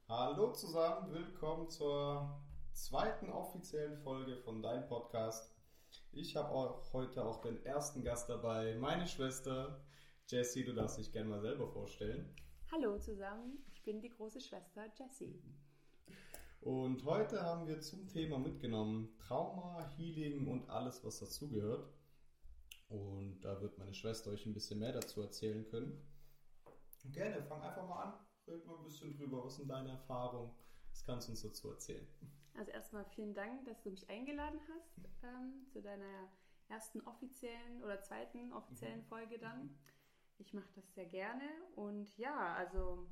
Hallo zusammen, willkommen zur zweiten offiziellen Folge von deinem Podcast. Ich habe heute auch den ersten Gast dabei, meine Schwester Jessie. Du darfst dich gerne mal selber vorstellen. Hallo zusammen, ich bin die große Schwester Jessie. Und heute haben wir zum Thema mitgenommen Trauma, Healing und alles, was dazugehört. Und da wird meine Schwester euch ein bisschen mehr dazu erzählen können. Gerne, fang einfach mal an. Red mal ein bisschen drüber. Was sind deine Erfahrungen? Was kannst du uns dazu erzählen? Also erstmal vielen Dank, dass du mich eingeladen hast zu deiner ersten offiziellen oder zweiten offiziellen Folge dann. Ich mache das sehr gerne und ja, also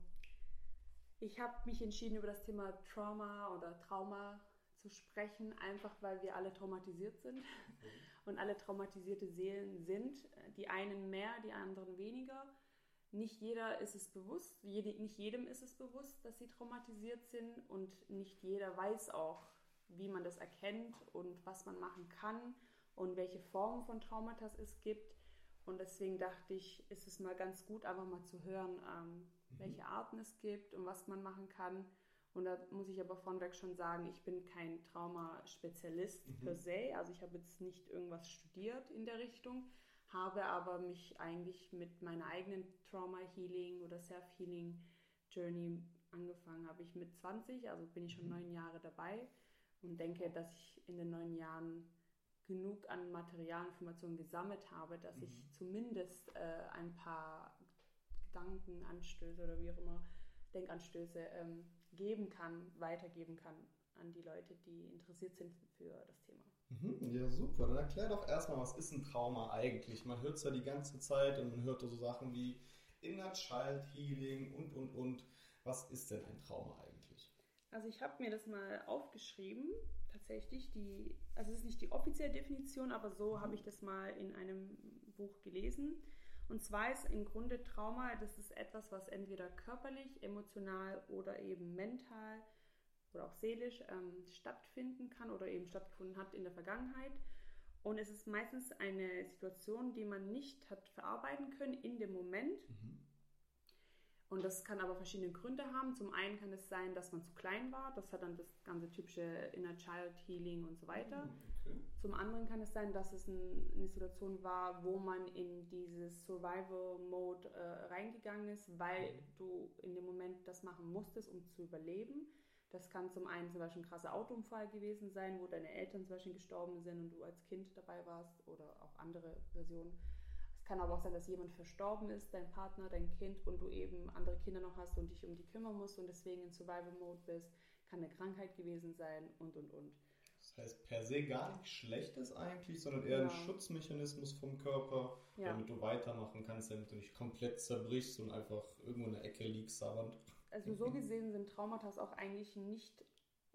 ich habe mich entschieden, über das Thema Trauma oder Trauma zu sprechen, einfach weil wir alle traumatisiert sind und alle traumatisierte Seelen sind. Die einen mehr, die anderen weniger. Nicht jeder ist es bewusst, nicht jedem ist es bewusst, dass sie traumatisiert sind und nicht jeder weiß auch, wie man das erkennt und was man machen kann und welche Formen von Traumata es gibt. Und deswegen dachte ich, ist es mal ganz gut, einfach mal zu hören, welche Arten es gibt und was man machen kann. Und da muss ich aber vorneweg schon sagen, ich bin kein Traumaspezialist per se. Also ich habe jetzt nicht irgendwas studiert in der Richtung, habe aber mich eigentlich mit meiner eigenen Trauma-Healing oder Self-Healing-Journey angefangen. Habe ich mit 20, also bin ich schon 9 Jahre dabei und denke, dass ich in den 9 Jahren genug an Materialinformationen gesammelt habe, dass ich zumindest ein paar Gedankenanstöße oder wie auch immer, Denkanstöße geben kann, weitergeben kann an die Leute, die interessiert sind für das Thema. Ja, super. Dann erklär doch erstmal, was ist ein Trauma eigentlich? Man hört es ja die ganze Zeit und man hört so Sachen wie Inner Child Healing und. Was ist denn ein Trauma eigentlich? Also ich habe mir das mal aufgeschrieben, tatsächlich. Also es ist nicht die offizielle Definition, aber so habe ich das mal in einem Buch gelesen. Und zwar ist im Grunde Trauma, das ist etwas, was entweder körperlich, emotional oder eben mental oder auch seelisch stattfinden kann oder eben stattgefunden hat in der Vergangenheit. Und es ist meistens eine Situation, die man nicht hat verarbeiten können in dem Moment. Und das kann aber verschiedene Gründe haben. Zum einen kann es sein, dass man zu klein war. Das hat dann das ganze typische Inner Child Healing und so weiter. Okay. Zum anderen kann es sein, dass es eine Situation war, wo man in dieses Survival Mode reingegangen ist, weil du in dem Moment das machen musstest, um zu überleben. Das kann zum einen zum Beispiel ein krasser Autounfall gewesen sein, wo deine Eltern zum Beispiel gestorben sind und du als Kind dabei warst oder auch andere Versionen. Es kann aber auch sein, dass jemand verstorben ist, dein Partner, dein Kind und du eben andere Kinder noch hast und dich um die kümmern musst und deswegen in Survival Mode bist. Kann eine Krankheit gewesen sein und. Das heißt per se gar nichts Schlechtes eigentlich, sondern eher ein Schutzmechanismus vom Körper, damit du weitermachen kannst, damit du nicht komplett zerbrichst und einfach irgendwo in der Ecke liegst, sabbernd. Also so gesehen sind Traumata auch eigentlich nicht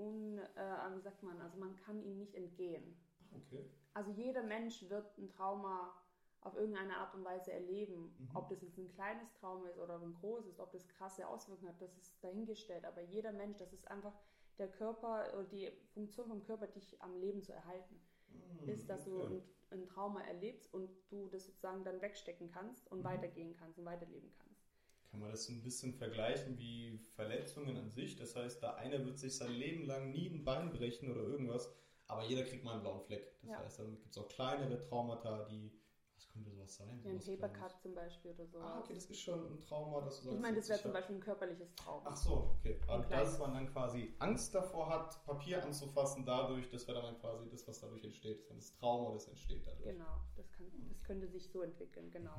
wie sagt man, also man kann ihnen nicht entgehen. Okay. Also jeder Mensch wird ein Trauma auf irgendeine Art und Weise erleben. Ob das jetzt ein kleines Trauma ist oder ein großes, ob das krasse Auswirkungen hat, das ist dahingestellt. Aber jeder Mensch, das ist einfach der Körper oder die Funktion vom Körper, dich am Leben zu erhalten. Ist, dass du ein Trauma erlebst und du das sozusagen dann wegstecken kannst und weitergehen kannst und weiterleben kannst. Kann man das so ein bisschen vergleichen wie Verletzungen an sich? Das heißt, der eine wird sich sein Leben lang nie ein Bein brechen oder irgendwas, aber jeder kriegt mal einen blauen Fleck. Das heißt, dann gibt es auch kleinere Traumata, die, was könnte sowas sein? Ja, ein Papercut zum Beispiel oder so. Ah, okay, das ist schon ein Trauma, dass du sagst. Ich meine, das wäre zum Beispiel ein körperliches Trauma. Ach so, okay. Also, dass man dann quasi Angst davor hat, Papier anzufassen, dadurch, das wäre dann quasi das, was dadurch entsteht. Das ist das Trauma, das entsteht dadurch. Genau, das könnte sich so entwickeln, genau.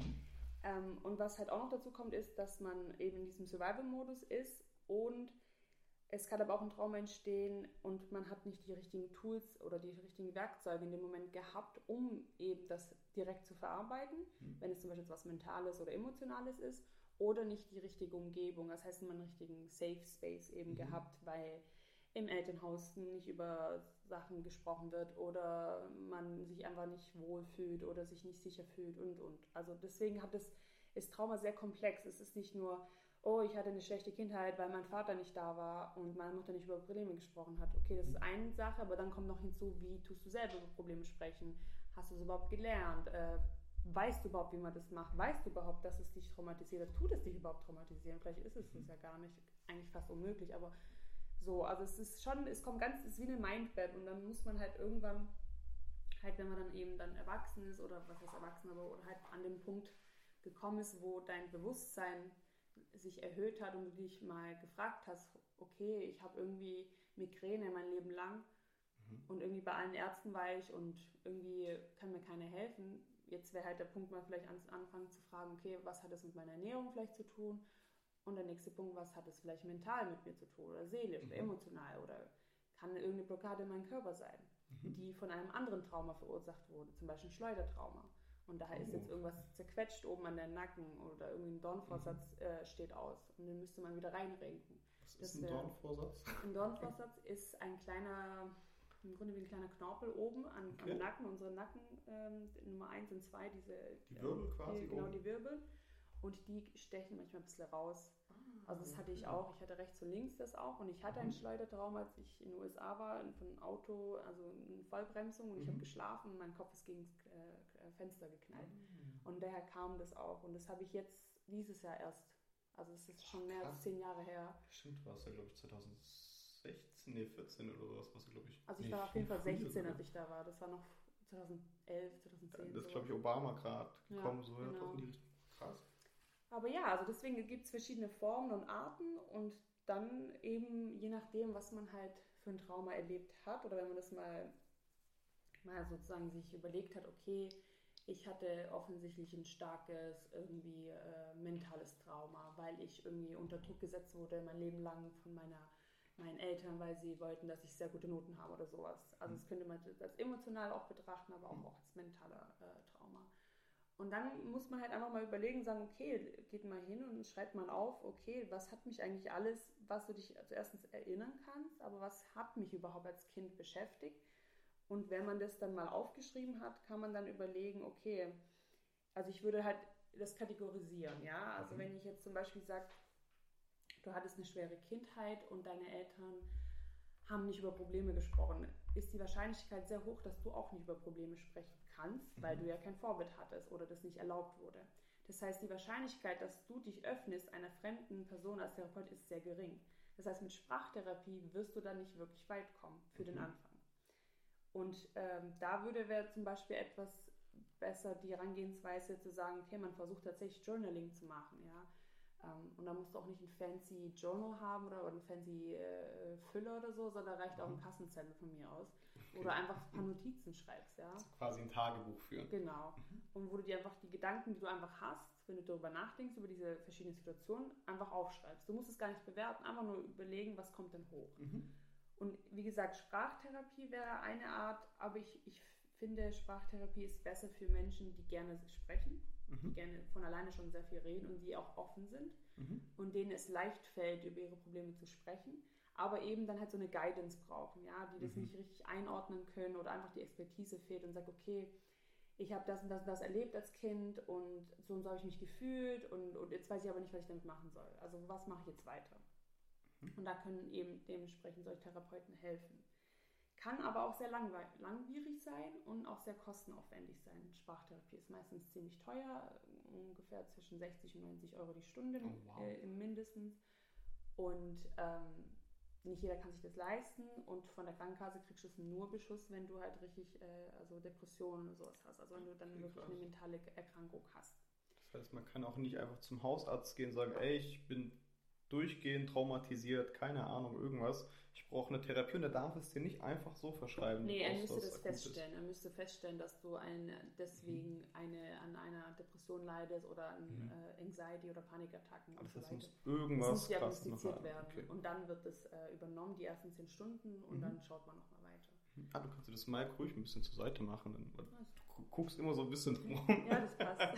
Und was halt auch noch dazu kommt, ist, dass man eben in diesem Survival-Modus ist und es kann aber auch ein Trauma entstehen und man hat nicht die richtigen Tools oder die richtigen Werkzeuge in dem Moment gehabt, um eben das direkt zu verarbeiten, wenn es zum Beispiel etwas Mentales oder Emotionales ist, oder nicht die richtige Umgebung. Das heißt, man einen richtigen Safe Space eben gehabt, weil im Elternhaus nicht über Sachen gesprochen wird oder man sich einfach nicht wohlfühlt oder sich nicht sicher fühlt und. Also deswegen ist Trauma sehr komplex. Es ist nicht nur, oh, ich hatte eine schlechte Kindheit, weil mein Vater nicht da war und meine Mutter nicht über Probleme gesprochen hat. Okay, das ist eine Sache, aber dann kommt noch hinzu, wie tust du selber über Probleme sprechen? Hast du es überhaupt gelernt? Weißt du überhaupt, wie man das macht? Weißt du überhaupt, dass es dich traumatisiert? Tut es dich überhaupt traumatisieren? Vielleicht ist es das ja gar nicht. eigentlich fast unmöglich, aber so, also es ist schon, es ist wie eine Mindmap und dann muss man halt irgendwann, halt wenn man dann eben dann erwachsen ist oder was heißt erwachsen, aber oder halt an dem Punkt gekommen ist, wo dein Bewusstsein sich erhöht hat und du dich mal gefragt hast, okay, ich habe irgendwie Migräne mein Leben lang und irgendwie bei allen Ärzten war ich und irgendwie kann mir keiner helfen. Jetzt wäre halt der Punkt, mal vielleicht anfangen zu fragen, okay, was hat das mit meiner Ernährung vielleicht zu tun? Und der nächste Punkt, was hat es vielleicht mental mit mir zu tun oder seelisch oder emotional oder kann irgendeine Blockade in meinem Körper sein, die von einem anderen Trauma verursacht wurde, zum Beispiel ein Schleudertrauma. Und da ist jetzt irgendwas zerquetscht oben an der Nacken oder irgendwie ein Dornvorsatz steht aus und den müsste man wieder reinrenken. Was ist ein Dornvorsatz? Ein Dornvorsatz ist ein kleiner, im Grunde wie ein kleiner Knorpel oben am Nacken, unsere Nacken, Nummer 1 und 2, die Wirbel quasi genau, oben? Die Wirbel. Und die stechen manchmal ein bisschen raus. Also das hatte ich auch. Ich hatte rechts und links das auch. Und ich hatte ein Schleudertrauma, als ich in den USA war, von einem Auto, also eine Vollbremsung. Und ich habe geschlafen und mein Kopf ist gegen das Fenster geknallt. Und daher kam das auch. Und das habe ich jetzt dieses Jahr erst. Also es ist schon mehr als 10 Jahre her. Stimmt, war es ja, glaube ich, 2016, 14 oder sowas, was glaube ich. Also ich war auf jeden Fall 16, als ich da war. Das war noch 2011, 2010. Das ist, glaube ich, Obama gerade gekommen, so genau. in die Richtung. Krass. Aber ja, also deswegen gibt es verschiedene Formen und Arten und dann eben je nachdem, was man halt für ein Trauma erlebt hat oder wenn man das mal sozusagen sich überlegt hat, okay, ich hatte offensichtlich ein starkes irgendwie mentales Trauma, weil ich irgendwie unter Druck gesetzt wurde mein Leben lang von meinen Eltern, weil sie wollten, dass ich sehr gute Noten habe oder sowas. Also das könnte man als emotional auch betrachten, aber auch als mentaler Trauma. Und dann muss man halt einfach mal überlegen, sagen, okay, geht mal hin und schreibt mal auf, okay, was hat mich eigentlich alles, was du dich zuerst erinnern kannst, aber was hat mich überhaupt als Kind beschäftigt? Und wenn man das dann mal aufgeschrieben hat, kann man dann überlegen, okay, also ich würde halt das kategorisieren, ja. Also wenn ich jetzt zum Beispiel sage, du hattest eine schwere Kindheit und deine Eltern haben nicht über Probleme gesprochen, ist die Wahrscheinlichkeit sehr hoch, dass du auch nicht über Probleme sprechen kannst, weil du ja kein Vorbild hattest oder das nicht erlaubt wurde. Das heißt, die Wahrscheinlichkeit, dass du dich öffnest einer fremden Person als Therapeut, ist sehr gering. Das heißt, mit Sprachtherapie wirst du dann nicht wirklich weit kommen für den Anfang. Und da wäre zum Beispiel etwas besser die Herangehensweise zu sagen, okay, man versucht tatsächlich Journaling zu machen, ja. Und da musst du auch nicht ein fancy Journal haben oder einen fancy Füller oder so, sondern reicht auch ein Kassenzettel von mir aus. Okay. Oder einfach ein paar Notizen schreibst, ja. Also quasi ein Tagebuch führen. Genau. Und wo du dir einfach die Gedanken, die du einfach hast, wenn du darüber nachdenkst, über diese verschiedenen Situationen, einfach aufschreibst. Du musst es gar nicht bewerten, einfach nur überlegen, was kommt denn hoch. Und wie gesagt, Sprachtherapie wäre eine Art, aber ich finde, Sprachtherapie ist besser für Menschen, die gerne sprechen, die gerne von alleine schon sehr viel reden und die auch offen sind und denen es leicht fällt, über ihre Probleme zu sprechen, aber eben dann halt so eine Guidance brauchen, ja, die das nicht richtig einordnen können oder einfach die Expertise fehlt und sagt, okay, ich habe das und das und das erlebt als Kind und so habe ich mich gefühlt und jetzt weiß ich aber nicht, was ich damit machen soll. Also was mache ich jetzt weiter? Und da können eben dementsprechend solche Therapeuten helfen. Kann aber auch sehr langwierig sein und auch sehr kostenaufwendig sein. Sprachtherapie ist meistens ziemlich teuer, ungefähr zwischen 60 und 90 Euro die Stunde mindestens. Und nicht jeder kann sich das leisten und von der Krankenkasse kriegst du es nur Beschuss, wenn du halt richtig also Depressionen und sowas hast. Also wenn du dann wirklich eine mentale Erkrankung hast. Das heißt, man kann auch nicht einfach zum Hausarzt gehen und sagen, ey, ich bin durchgehend traumatisiert, keine Ahnung, irgendwas. Ich brauche eine Therapie und der darf es dir nicht einfach so verschreiben. Nee, er müsste das feststellen. Er müsste feststellen, dass du deswegen an einer Depression leidest oder an Anxiety oder Panikattacken und so weiter. Muss irgendwas muss diagnostiziert werden. Okay. Und dann wird es übernommen, die ersten 10 Stunden und dann schaut man nochmal weiter. Ah, du kannst dir das mal ruhig ein bisschen zur Seite machen. Du guckst immer so ein bisschen drum. Ja, das passt.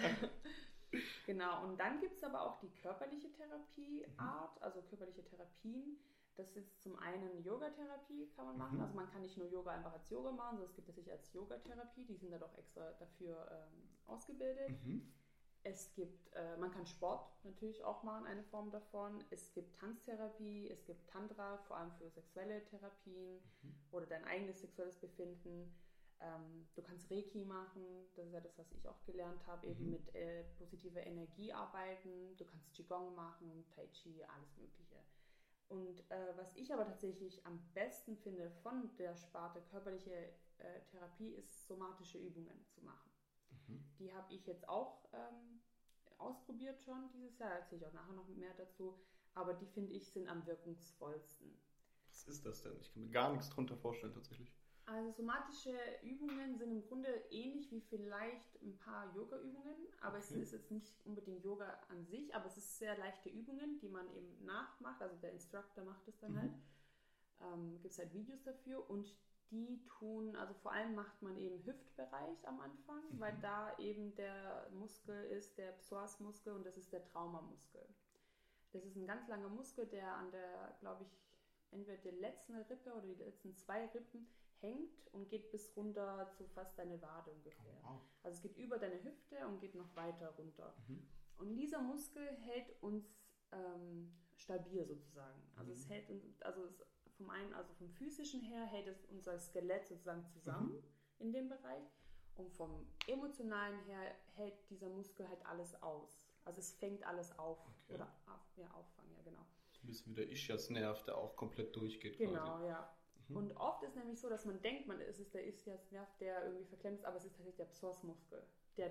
Genau, und dann gibt es aber auch die körperliche Therapieart, also körperliche Therapien. Das ist zum einen Yogatherapie kann man machen, also man kann nicht nur Yoga einfach als Yoga machen, sondern es gibt es sich als Yogatherapie, die sind da doch extra dafür ausgebildet. Es gibt, man kann Sport natürlich auch machen, eine Form davon. Es gibt Tanztherapie, es gibt Tantra, vor allem für sexuelle Therapien oder dein eigenes sexuelles Befinden. Du kannst Reiki machen, das ist ja das, was ich auch gelernt habe, eben mit positiver Energie arbeiten. Du kannst Qigong machen, Tai Chi, alles Mögliche. Und was ich aber tatsächlich am besten finde von der Sparte körperliche Therapie ist, somatische Übungen zu machen. Die habe ich jetzt auch ausprobiert schon dieses Jahr, erzähle ich auch nachher noch mehr dazu, aber die finde ich sind am wirkungsvollsten. Was ist das denn? Ich kann mir gar nichts drunter vorstellen tatsächlich. Also somatische Übungen sind im Grunde ähnlich wie vielleicht ein paar Yoga-Übungen, aber es ist jetzt nicht unbedingt Yoga an sich, aber es ist sehr leichte Übungen, die man eben nachmacht, also der Instructor macht es dann halt. Gibt es halt Videos dafür und die tun, also vor allem macht man eben Hüftbereich am Anfang, weil da eben der Muskel ist, der Psoasmuskel und das ist der Traumamuskel. Das ist ein ganz langer Muskel, der an der, glaube ich, entweder die letzten Rippe oder die letzten 2 Rippen hängt und geht bis runter zu fast deine Wade ungefähr. Oh, wow. Also es geht über deine Hüfte und geht noch weiter runter. Und dieser Muskel hält uns stabil sozusagen. Also es hält uns, vom physischen her hält es unser Skelett sozusagen zusammen in dem Bereich und vom emotionalen her hält dieser Muskel halt alles aus. Also es fängt alles auf oder auffangen, ja genau. So ein bisschen wie der Ischiasnerv, der auch komplett durchgeht. Genau, quasi. Ja. Und oft ist nämlich so, dass man denkt, es ist der Ischiasnerv, der irgendwie verklemmt ist, aber es ist tatsächlich der Psoasmuskel.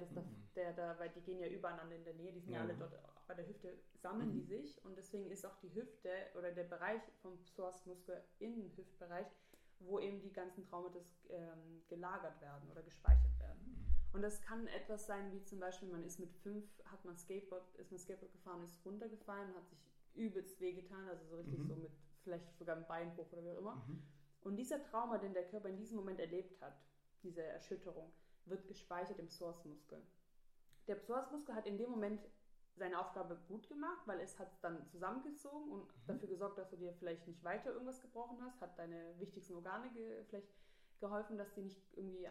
Weil die gehen ja übereinander in der Nähe, die sind ja alle dort bei der Hüfte, sammeln die sich und deswegen ist auch die Hüfte oder der Bereich vom Psoasmuskel im Hüftbereich, wo eben die ganzen Traumata gelagert werden oder gespeichert werden. Und das kann etwas sein, wie zum Beispiel, man ist mit 5, ist man Skateboard gefahren, ist runtergefallen und hat sich übelst wehgetan, also so richtig so mit vielleicht sogar einem Beinbruch oder wie auch immer. Und dieser Trauma, den der Körper in diesem Moment erlebt hat, diese Erschütterung, wird gespeichert im Psoasmuskel. Der Psoasmuskel hat in dem Moment seine Aufgabe gut gemacht, weil es hat dann zusammengezogen und dafür gesorgt, dass du dir vielleicht nicht weiter irgendwas gebrochen hast, hat deine wichtigsten Organe vielleicht geholfen, dass die nicht irgendwie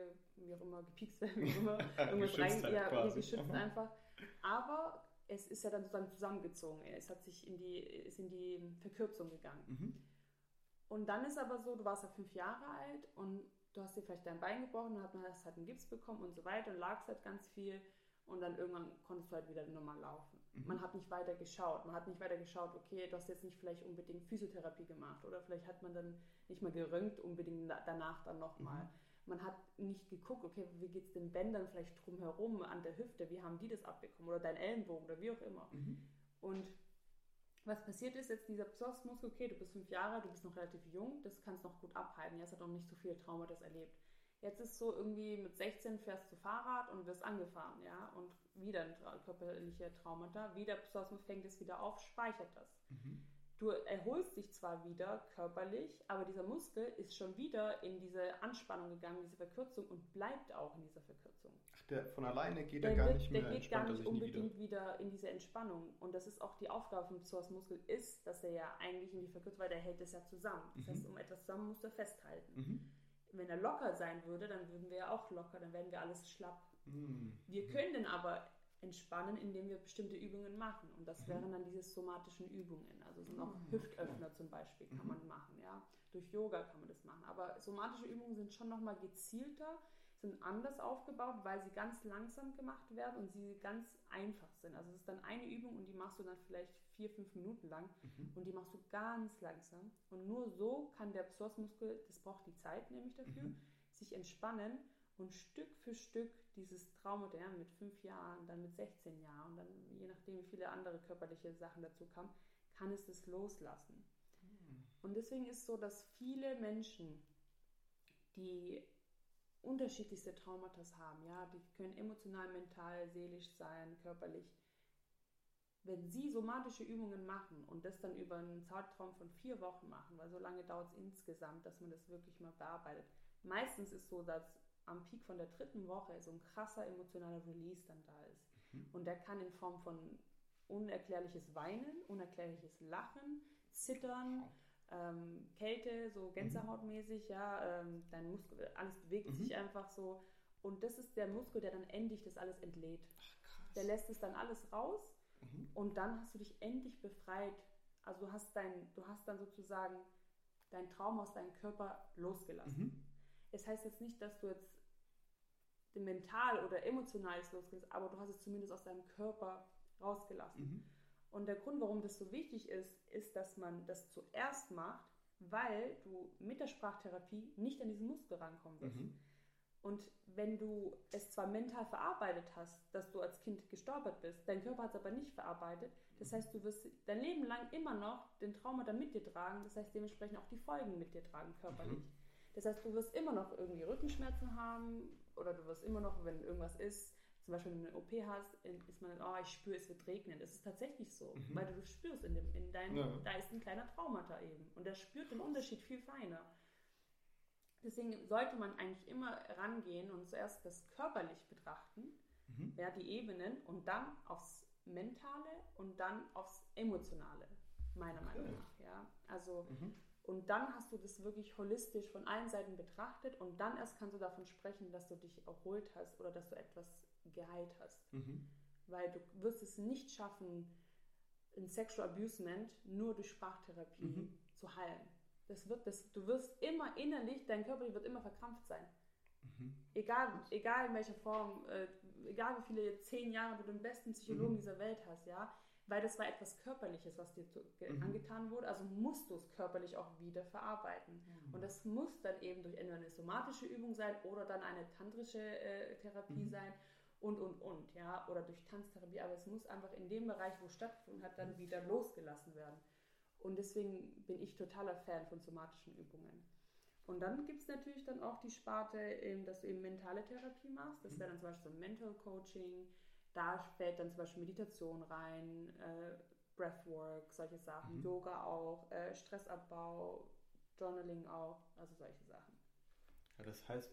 gepiekst werden, wie auch immer, irgendwas rein, geschützt einfach. Aber es ist ja dann sozusagen zusammengezogen. Es ist in die Verkürzung gegangen. Und dann ist aber so, du warst ja 5 Jahre alt und du hast dir vielleicht dein Bein gebrochen, dann hast halt einen Gips bekommen und so weiter und lagst halt ganz viel und dann irgendwann konntest du halt wieder normal laufen. Man hat nicht weiter geschaut. Okay, du hast jetzt nicht vielleicht unbedingt Physiotherapie gemacht oder vielleicht hat man dann nicht mal geröntgt unbedingt danach dann nochmal. Man hat nicht geguckt, okay, wie geht es den Bändern vielleicht drumherum an der Hüfte, wie haben die das abbekommen oder dein Ellenbogen oder wie auch immer. Und was passiert ist jetzt, dieser Psoasmuskel, okay, du bist 5 Jahre, du bist noch relativ jung, das kannst noch gut abhalten, jetzt hat auch nicht so viel Traumata erlebt. Jetzt ist so irgendwie mit 16 fährst du Fahrrad und wirst angefahren, ja, und wieder ein körperlicher Traumata, wieder Psoasmus fängt es wieder auf, speichert das. Du erholst dich zwar wieder körperlich, aber dieser Muskel ist schon wieder in diese Anspannung gegangen, diese Verkürzung und bleibt auch in dieser Verkürzung. Ach, der von alleine geht er gar nicht mehr. Der geht gar nicht unbedingt wieder in diese Entspannung. Und das ist auch die Aufgabe vom Psoasmuskel, ist, dass er ja eigentlich in die Verkürzung, weil der hält es ja zusammen. Das heißt, um etwas zusammen muss er festhalten. Wenn er locker sein würde, dann würden wir ja auch locker, dann wären wir alles schlapp. Wir können den aber entspannen, indem wir bestimmte Übungen machen. Und das wären dann diese somatischen Übungen. Also sind auch Hüftöffner zum Beispiel kann man machen. Ja? Durch Yoga kann man das machen. Aber somatische Übungen sind schon nochmal gezielter, sind anders aufgebaut, weil sie ganz langsam gemacht werden und sie ganz einfach sind. Also es ist dann eine Übung und die machst du dann vielleicht 4-5 Minuten lang und die machst du ganz langsam. Und nur so kann der Psoasmuskel, das braucht die Zeit nämlich dafür, sich entspannen und Stück für Stück dieses Trauma mit 5 Jahren, dann mit 16 Jahren, dann je nachdem wie viele andere körperliche Sachen dazu kamen, kann es das loslassen. Und deswegen ist es so, dass viele Menschen, die unterschiedlichste Traumata haben, ja, die können emotional, mental, seelisch sein, körperlich. Wenn sie somatische Übungen machen und das dann über einen Zeitraum von 4 Wochen machen, weil so lange dauert es insgesamt, dass man das wirklich mal bearbeitet. Meistens ist es so, dass am Peak von der 3. Woche so ein krasser emotionaler Release dann da ist. Und der kann in Form von unerklärliches Weinen, unerklärliches Lachen, Zittern, Kälte, so Gänsehautmäßig, ja, dein Muskel, alles bewegt sich einfach so. Und das ist der Muskel, der dann endlich das alles entlädt. Ach, der lässt es dann alles raus und dann hast du dich endlich befreit. Also du hast dann sozusagen dein Trauma aus deinem Körper losgelassen. Es heißt jetzt nicht, dass du jetzt mental oder emotional losgelassen, aber du hast es zumindest aus deinem Körper rausgelassen. Und der Grund, warum das so wichtig ist, dass man das zuerst macht, weil du mit der Sprachtherapie nicht an diesen Muskel rankommen wirst. Und wenn du es zwar mental verarbeitet hast, dass du als Kind gestolpert bist, dein Körper hat es aber nicht verarbeitet, das heißt, du wirst dein Leben lang immer noch den Traumata mit dir tragen, das heißt dementsprechend auch die Folgen mit dir tragen, körperlich. Das heißt, du wirst immer noch irgendwie Rückenschmerzen haben oder du wirst immer noch, wenn irgendwas ist, zum Beispiel wenn du eine OP hast, ist man, oh, ich spüre, es wird regnen. Das ist tatsächlich so, weil du das spürst da ist ein kleiner Traumata eben und der spürt den Unterschied viel feiner. Deswegen sollte man eigentlich immer rangehen und zuerst das körperlich betrachten, ja, die Ebenen und dann aufs Mentale und dann aufs Emotionale, meiner Meinung nach. Ja. Also, und dann hast du das wirklich holistisch von allen Seiten betrachtet und dann erst kannst du davon sprechen, dass du dich erholt hast oder dass du etwas geheilt hast. Weil du wirst es nicht schaffen, ein Sexual Abusement nur durch Sprachtherapie zu heilen. Du wirst immer innerlich, dein Körper wird immer verkrampft sein. Egal in welcher Form, egal wie viele 10 Jahre du den besten Psychologen dieser Welt hast, ja, weil das war etwas Körperliches, was dir angetan wurde, also musst du es körperlich auch wieder verarbeiten. Und das muss dann eben durch entweder eine somatische Übung sein oder dann eine tantrische Therapie sein und, ja, oder durch Tanztherapie, aber es muss einfach in dem Bereich, wo es stattgefunden hat, dann wieder losgelassen werden. Und deswegen bin ich totaler Fan von somatischen Übungen. Und dann gibt es natürlich dann auch die Sparte, dass du eben mentale Therapie machst. Das wäre dann zum Beispiel so Mental Coaching. Da fällt dann zum Beispiel Meditation rein, Breathwork, solche Sachen, Yoga auch, Stressabbau, Journaling auch, also solche Sachen. Ja, das heißt,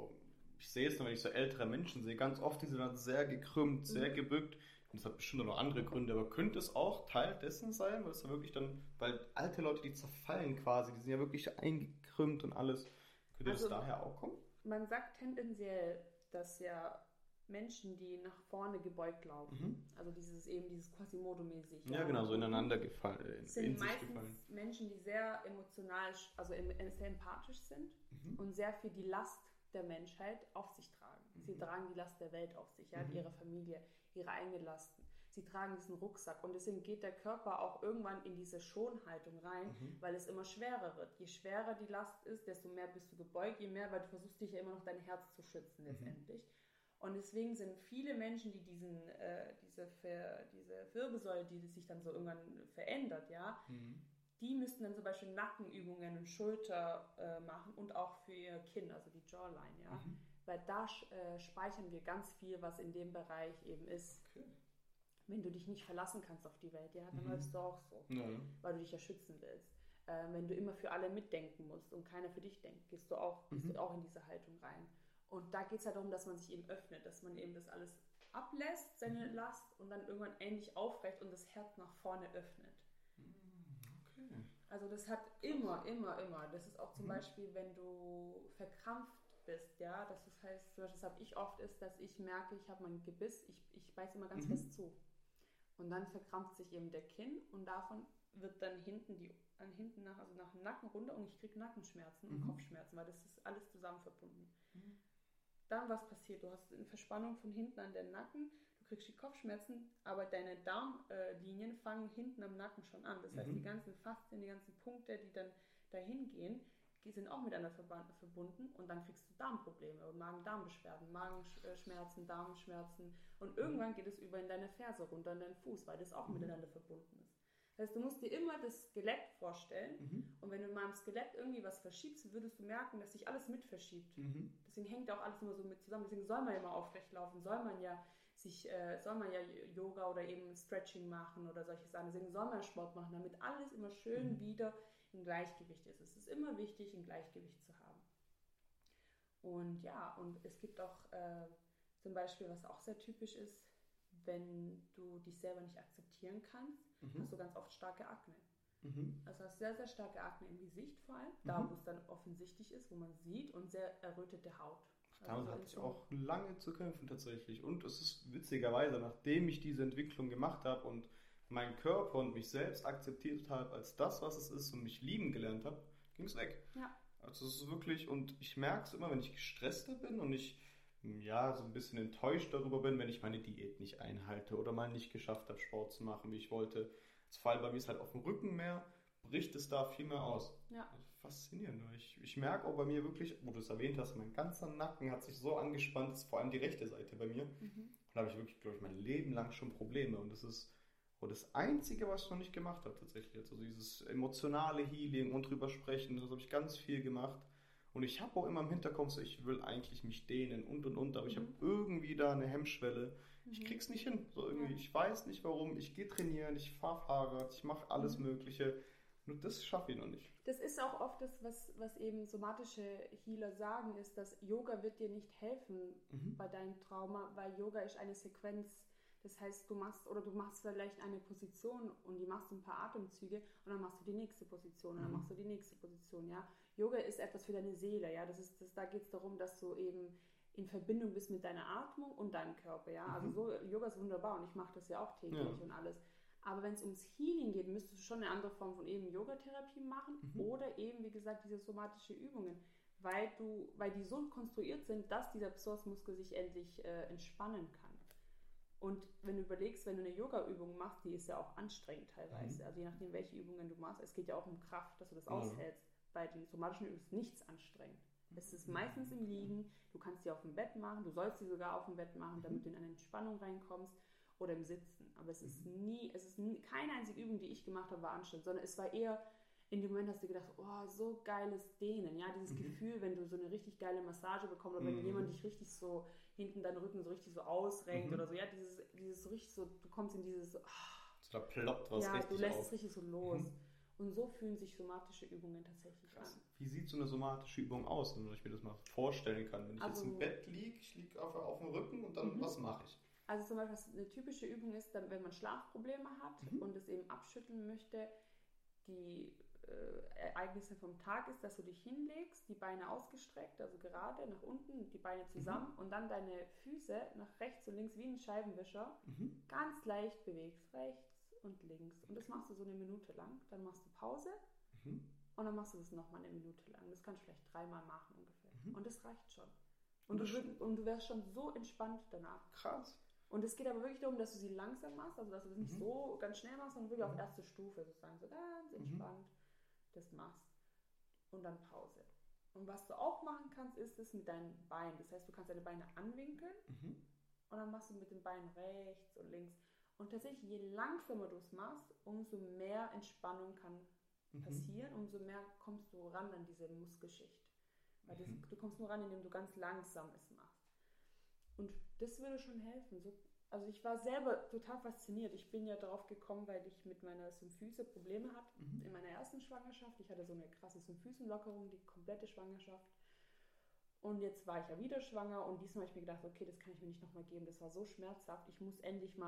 ich sehe es dann, wenn ich so ältere Menschen sehe, ganz oft, die sind dann sehr gekrümmt, sehr gebückt. Und das hat bestimmt auch noch andere Gründe, aber könnte es auch Teil dessen sein, weil es da wirklich dann, weil alte Leute, die zerfallen quasi, die sind ja wirklich eingekrümmt und alles, könnte das daher auch kommen? Man sagt tendenziell, dass ja Menschen, die nach vorne gebeugt laufen, also dieses Quasimodo-mäßig. Ja, genau, so ineinander gefallen. Sind meistens Menschen, die sehr emotional, also sehr empathisch sind und sehr viel die Last der Menschheit auf sich tragen. Sie tragen die Last der Welt auf sich, ja, ihre Familie, ihre eigenen Lasten. Sie tragen diesen Rucksack und deswegen geht der Körper auch irgendwann in diese Schonhaltung rein, weil es immer schwerer wird. Je schwerer die Last ist, desto mehr bist du gebeugt, je mehr, weil du versuchst dich ja immer noch dein Herz zu schützen letztendlich. Und deswegen sind viele Menschen, die diese Wirbelsäule, die sich dann so irgendwann verändert, ja, die müssten dann zum Beispiel Nackenübungen und Schulter machen und auch für ihr Kinn, also die Jawline, ja. Weil da speichern wir ganz viel, was in dem Bereich eben ist. Okay. Wenn du dich nicht verlassen kannst auf die Welt, ja, dann läufst du auch so, weil du dich ja schützen willst. Wenn du immer für alle mitdenken musst und keiner für dich denkt, gehst du auch in diese Haltung rein. Und da geht es halt darum, dass man sich eben öffnet, dass man eben das alles ablässt, seine Last, und dann irgendwann endlich aufrecht und das Herz nach vorne öffnet. Okay. Also das hat immer. Das ist auch zum Beispiel, wenn du verkrampft bist, ja, das heißt, das habe ich oft, ist, dass ich merke, ich habe mein Gebiss, ich beiße immer ganz fest zu. Und dann verkrampft sich eben der Kinn und davon wird dann hinten nach dem Nacken runter und ich kriege Nackenschmerzen und Kopfschmerzen, weil das ist alles zusammen verbunden. Dann was passiert? Du hast eine Verspannung von hinten an den Nacken, du kriegst die Kopfschmerzen, aber deine Darmlinien fangen hinten am Nacken schon an. Das heißt, die ganzen Faszien, die ganzen Punkte, die dann dahin gehen, die sind auch miteinander verbunden und dann kriegst du Darmprobleme, Magen-Darm-Beschwerden, Magenschmerzen, Darmschmerzen und irgendwann geht es über in deine Ferse runter, in deinen Fuß, weil das auch miteinander verbunden ist. Das heißt, du musst dir immer das Skelett vorstellen und wenn du mal am Skelett irgendwie was verschiebst, würdest du merken, dass sich alles mit verschiebt. Deswegen hängt auch alles immer so mit zusammen. Deswegen soll man ja immer aufrecht laufen, soll man ja Yoga oder eben Stretching machen oder solche Sachen. Deswegen soll man Sport machen, damit alles immer schön wieder im Gleichgewicht ist. Es ist immer wichtig, ein Gleichgewicht zu haben. Und ja, und es gibt auch zum Beispiel, was auch sehr typisch ist, wenn du dich selber nicht akzeptieren kannst, hast du ganz oft starke Akne. Also hast sehr, sehr starke Akne im Gesicht vor allem, da wo es dann offensichtlich ist, wo man sieht, und sehr errötete Haut. Damit hatte ich auch lange zu kämpfen tatsächlich. Und es ist witzigerweise, nachdem ich diese Entwicklung gemacht habe und meinen Körper und mich selbst akzeptiert habe als das, was es ist, und mich lieben gelernt habe, ging es weg. Ja. Also es ist wirklich, und ich merke es immer, wenn ich gestresster bin und ich ja, so ein bisschen enttäuscht darüber bin, wenn ich meine Diät nicht einhalte oder mal nicht geschafft habe, Sport zu machen, wie ich wollte. Vor allem bei mir ist halt auf dem Rücken mehr, bricht es da viel mehr aus. Ja. Also faszinierend. Ich merke auch bei mir wirklich, wo du es erwähnt hast, mein ganzer Nacken hat sich so angespannt, das ist vor allem die rechte Seite bei mir. Und da habe ich wirklich, glaube ich, mein Leben lang schon Probleme. Und das ist das Einzige, was ich noch nicht gemacht habe tatsächlich. Also dieses emotionale Healing und drüber sprechen, das habe ich ganz viel gemacht. Und ich habe auch immer im Hinterkopf so, ich will eigentlich mich dehnen und, aber ich habe irgendwie da eine Hemmschwelle. Ich krieg's nicht hin. So irgendwie, ich weiß nicht warum. Ich gehe trainieren, ich fahre Fahrrad, ich mache alles Mögliche. Nur das schaffe ich noch nicht. Das ist auch oft das, was eben somatische Healer sagen, ist, dass Yoga wird dir nicht helfen bei deinem Trauma, weil Yoga ist eine Sequenz. Das heißt, du machst vielleicht eine Position und die machst du ein paar Atemzüge und dann machst du die nächste Position und dann machst du die nächste Position, ja. Yoga ist etwas für deine Seele, ja. Da geht es darum, dass du eben in Verbindung bist mit deiner Atmung und deinem Körper, ja. Also so, Yoga ist wunderbar und ich mache das ja auch täglich und alles. Aber wenn es ums Healing geht, müsstest du schon eine andere Form von eben Yogatherapie machen oder eben, wie gesagt, diese somatische Übungen, weil die so konstruiert sind, dass dieser Psoasmuskel sich endlich entspannen kann. Und wenn du überlegst, wenn du eine Yoga-Übung machst, die ist ja auch anstrengend teilweise. Also je nachdem, welche Übungen du machst. Es geht ja auch um Kraft, dass du das aushältst. Bei den somatischen Übungen ist nichts anstrengend. Es ist meistens im Liegen. Du kannst sie auf dem Bett machen. Du sollst sie sogar auf dem Bett machen, damit du in eine Entspannung reinkommst. Oder im Sitzen. Aber es ist keine einzige Übung, die ich gemacht habe, war anstrengend. Sondern es war eher, in dem Moment hast du gedacht, oh, so geiles Dehnen. Ja, dieses Gefühl, wenn du so eine richtig geile Massage bekommst oder wenn jemand dich richtig so hinten deinen Rücken so richtig so ausrenkt oder so, ja, dieses so richtig so, du kommst in dieses so, da ploppt was richtig auf. Ja, du lässt es richtig so los. Und so fühlen sich somatische Übungen tatsächlich an. Wie sieht so eine somatische Übung aus, wenn ich mir das mal vorstellen kann? Wenn ich jetzt im Bett liege, ich liege auf dem Rücken und dann, was mache ich? Also zum Beispiel, was eine typische Übung ist, dann, wenn man Schlafprobleme hat und es eben abschütteln möchte, die Ereignisse vom Tag ist, dass du dich hinlegst, die Beine ausgestreckt, also gerade nach unten, die Beine zusammen und dann deine Füße nach rechts und links wie ein Scheibenwischer ganz leicht bewegst, rechts und links. Und das machst du so eine Minute lang, dann machst du Pause und dann machst du das nochmal eine Minute lang. Das kannst du vielleicht 3-mal machen ungefähr. Und das reicht schon. Und du wärst schon so entspannt danach. Krass. Und es geht aber wirklich darum, dass du sie langsam machst, also dass du das nicht so ganz schnell machst, sondern wirklich auf erste Stufe sozusagen, so ganz entspannt das machst. Und dann Pause. Und was du auch machen kannst, ist es mit deinen Beinen. Das heißt, du kannst deine Beine anwinkeln und dann machst du mit den Beinen rechts und links. Und tatsächlich, je langsamer du es machst, umso mehr Entspannung kann passieren, umso mehr kommst du ran an diese Muskelschicht. Weil du kommst nur ran, indem du ganz langsam es machst. Und das würde schon helfen. Also ich war selber total fasziniert. Ich bin ja darauf gekommen, weil ich mit meiner Symphyse Probleme hatte in meiner ersten Schwangerschaft. Ich hatte so eine krasse Symphysenlockerung, die komplette Schwangerschaft. Und jetzt war ich ja wieder schwanger und diesmal habe ich mir gedacht, okay, das kann ich mir nicht nochmal geben. Das war so schmerzhaft. Ich muss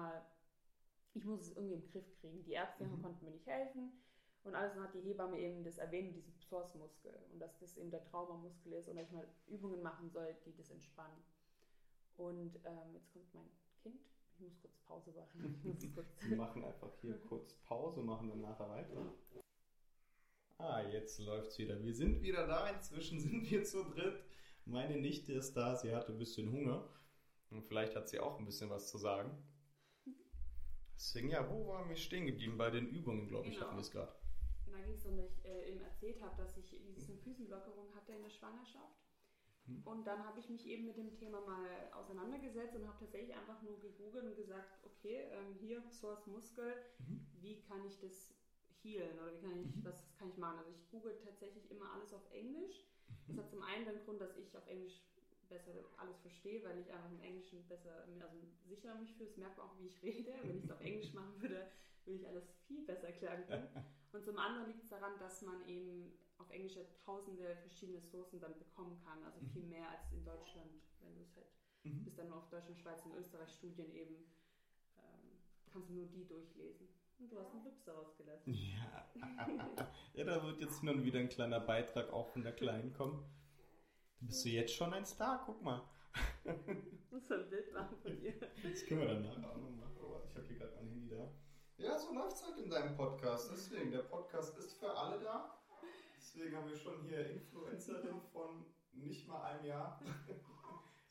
es irgendwie im Griff kriegen. Die Ärzte konnten mir nicht helfen. Und alles dann hat die Hebamme eben das erwähnt, diesen Psoasmuskel. Und dass das eben der Traumamuskel ist und dass ich mal Übungen machen soll, die das entspannen. Und jetzt kommt mein Kind. Ich muss kurz Pause machen. Wir machen einfach hier kurz Pause, machen dann nachher weiter. Jetzt läuft's wieder. Wir sind wieder da. Inzwischen sind wir zu dritt. Meine Nichte ist da. Sie hatte ein bisschen Hunger. Und vielleicht hat sie auch ein bisschen was zu sagen. Deswegen, wo waren wir stehen geblieben? Bei den Übungen, glaube ich, hatten wir es gerade. Da ging es darum, dass ich eben erzählt habe, dass ich diese Symphysenlockerung hatte in der Schwangerschaft. Und dann habe ich mich eben mit dem Thema mal auseinandergesetzt und habe tatsächlich einfach nur gegoogelt und gesagt, okay, hier Psoasmuskel, wie kann ich das healen oder was kann ich machen? Also ich google tatsächlich immer alles auf Englisch. Das hat zum einen den Grund, dass ich auf Englisch besser alles verstehe, weil ich einfach im Englischen sicherer mich fühle. Es merkt man auch, wie ich rede. Wenn ich es auf Englisch machen würde, würde ich alles viel besser erklären können. Und zum anderen liegt es daran, dass man eben auf Englisch ja tausende verschiedene Sourcen dann bekommen kann. Also viel mehr als in Deutschland, wenn du es halt bist dann nur auf Deutschland, Schweiz und Österreich Studien eben, kannst du nur die durchlesen. Und du hast einen Lübser rausgelassen. Ja, da wird jetzt hin und wieder ein kleiner Beitrag auch von der Kleinen kommen. Bist du jetzt schon ein Star? Guck mal. Ich muss ein Bild machen von dir. Das können wir dann nachher auch noch machen. Oh, ich habe hier gerade mein Handy da. Ja, so läuft es halt in deinem Podcast. Deswegen, der Podcast ist für alle da. Deswegen haben wir schon hier Influencerin von nicht mal einem Jahr.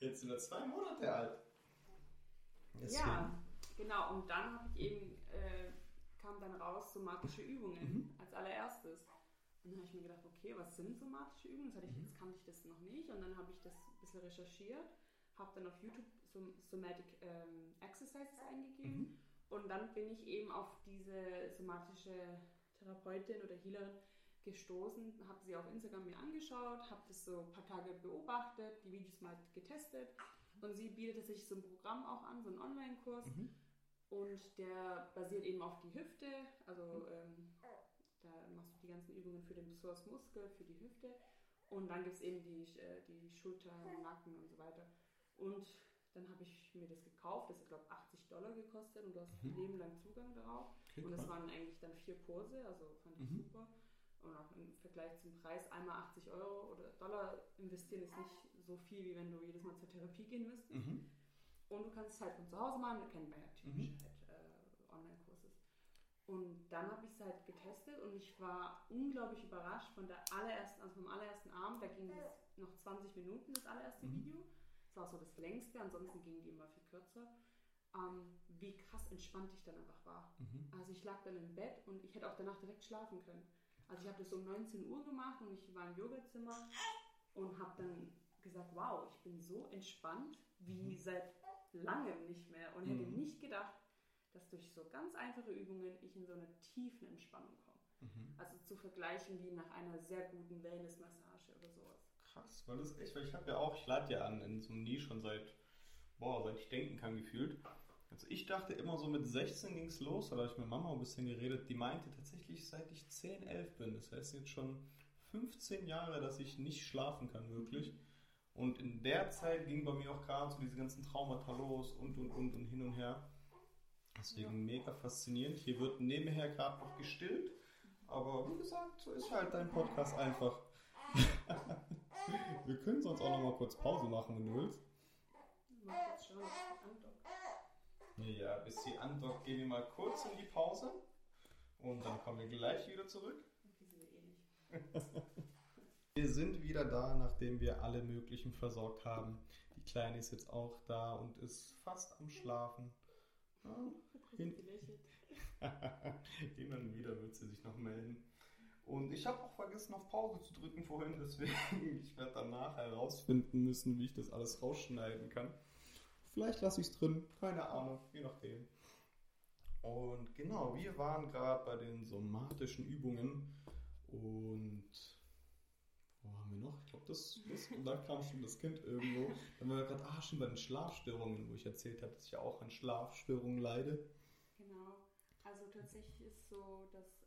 Jetzt sind wir 2 Monate alt. Deswegen. Ja, genau. Und dann habe ich eben, kam dann raus somatische Übungen als allererstes. Und dann habe ich mir gedacht, okay, was sind somatische Übungen? Jetzt kannte ich das noch nicht. Und dann habe ich das ein bisschen recherchiert, habe dann auf YouTube Somatic Exercises eingegeben. Und dann bin ich eben auf diese somatische Therapeutin oder Healerin gestoßen, habe sie auf Instagram mir angeschaut, habe das so ein paar Tage beobachtet, die Videos mal getestet. Und sie bietet sich so ein Programm auch an, so einen Online-Kurs. Und der basiert eben auf die Hüfte, also da machst du die ganzen Übungen für den Psoasmuskel, für die Hüfte. Und dann gibt es eben die Schulter, Nacken und so weiter. Und dann habe ich mir das gekauft, das hat glaube ich $80 gekostet und du hast ein Leben lang Zugang darauf. Okay, und das waren eigentlich dann 4 Kurse, also fand ich super. Und auch im Vergleich zum Preis, einmal $80 oder Dollar investieren ist nicht so viel, wie wenn du jedes Mal zur Therapie gehen müsstest. Und du kannst es halt von zu Hause machen, da kennt man ja typisch halt Online-Kurse. Und dann habe ich es halt getestet und ich war unglaublich überrascht vom allerersten Abend, da ging es noch 20 Minuten, das allererste Video. Das war so das längste, ansonsten gingen die immer viel kürzer. Wie krass entspannt ich dann einfach war. Also ich lag dann im Bett und ich hätte auch danach direkt schlafen können. Also ich habe das so um 19 Uhr gemacht und ich war im Yogazimmer und habe dann gesagt, wow, ich bin so entspannt wie seit langem nicht mehr und hätte nicht gedacht, dass durch so ganz einfache Übungen ich in so eine tiefe Entspannung komme. Also zu vergleichen wie nach einer sehr guten Wellnessmassage oder sowas. Krass, weil das echt, weil ich leite ja an in so einem Nie schon seit ich denken kann gefühlt. Also ich dachte immer so mit 16 ging es los, da habe ich mit Mama ein bisschen geredet, die meinte tatsächlich seit ich 10, 11 bin, das heißt jetzt schon 15 Jahre, dass ich nicht schlafen kann wirklich. Und in der Zeit ging bei mir auch gerade so diese ganzen Traumata los und hin und her. Deswegen mega faszinierend. Hier wird nebenher gerade noch gestillt, aber wie gesagt, so ist halt dein Podcast einfach. Wir können sonst auch noch mal kurz Pause machen, wenn du willst. Ja, bis sie andockt, gehen wir mal kurz in die Pause und dann kommen wir gleich wieder zurück. Wir sind wieder da, nachdem wir alle möglichen versorgt haben. Die Kleine ist jetzt auch da und ist fast am Schlafen. Ja, hin und wieder wird sie sich noch melden. Und ich habe auch vergessen, auf Pause zu drücken vorhin, deswegen ich werde danach herausfinden müssen, wie ich das alles rausschneiden kann. Vielleicht lasse ich es drin, keine Ahnung, je nachdem. Und genau, wir waren gerade bei den somatischen Übungen und wo haben wir noch? Ich glaube, da kam schon das Kind irgendwo. Dann waren wir gerade, schon bei den Schlafstörungen, wo ich erzählt habe, dass ich ja auch an Schlafstörungen leide. Genau, also tatsächlich ist so, dass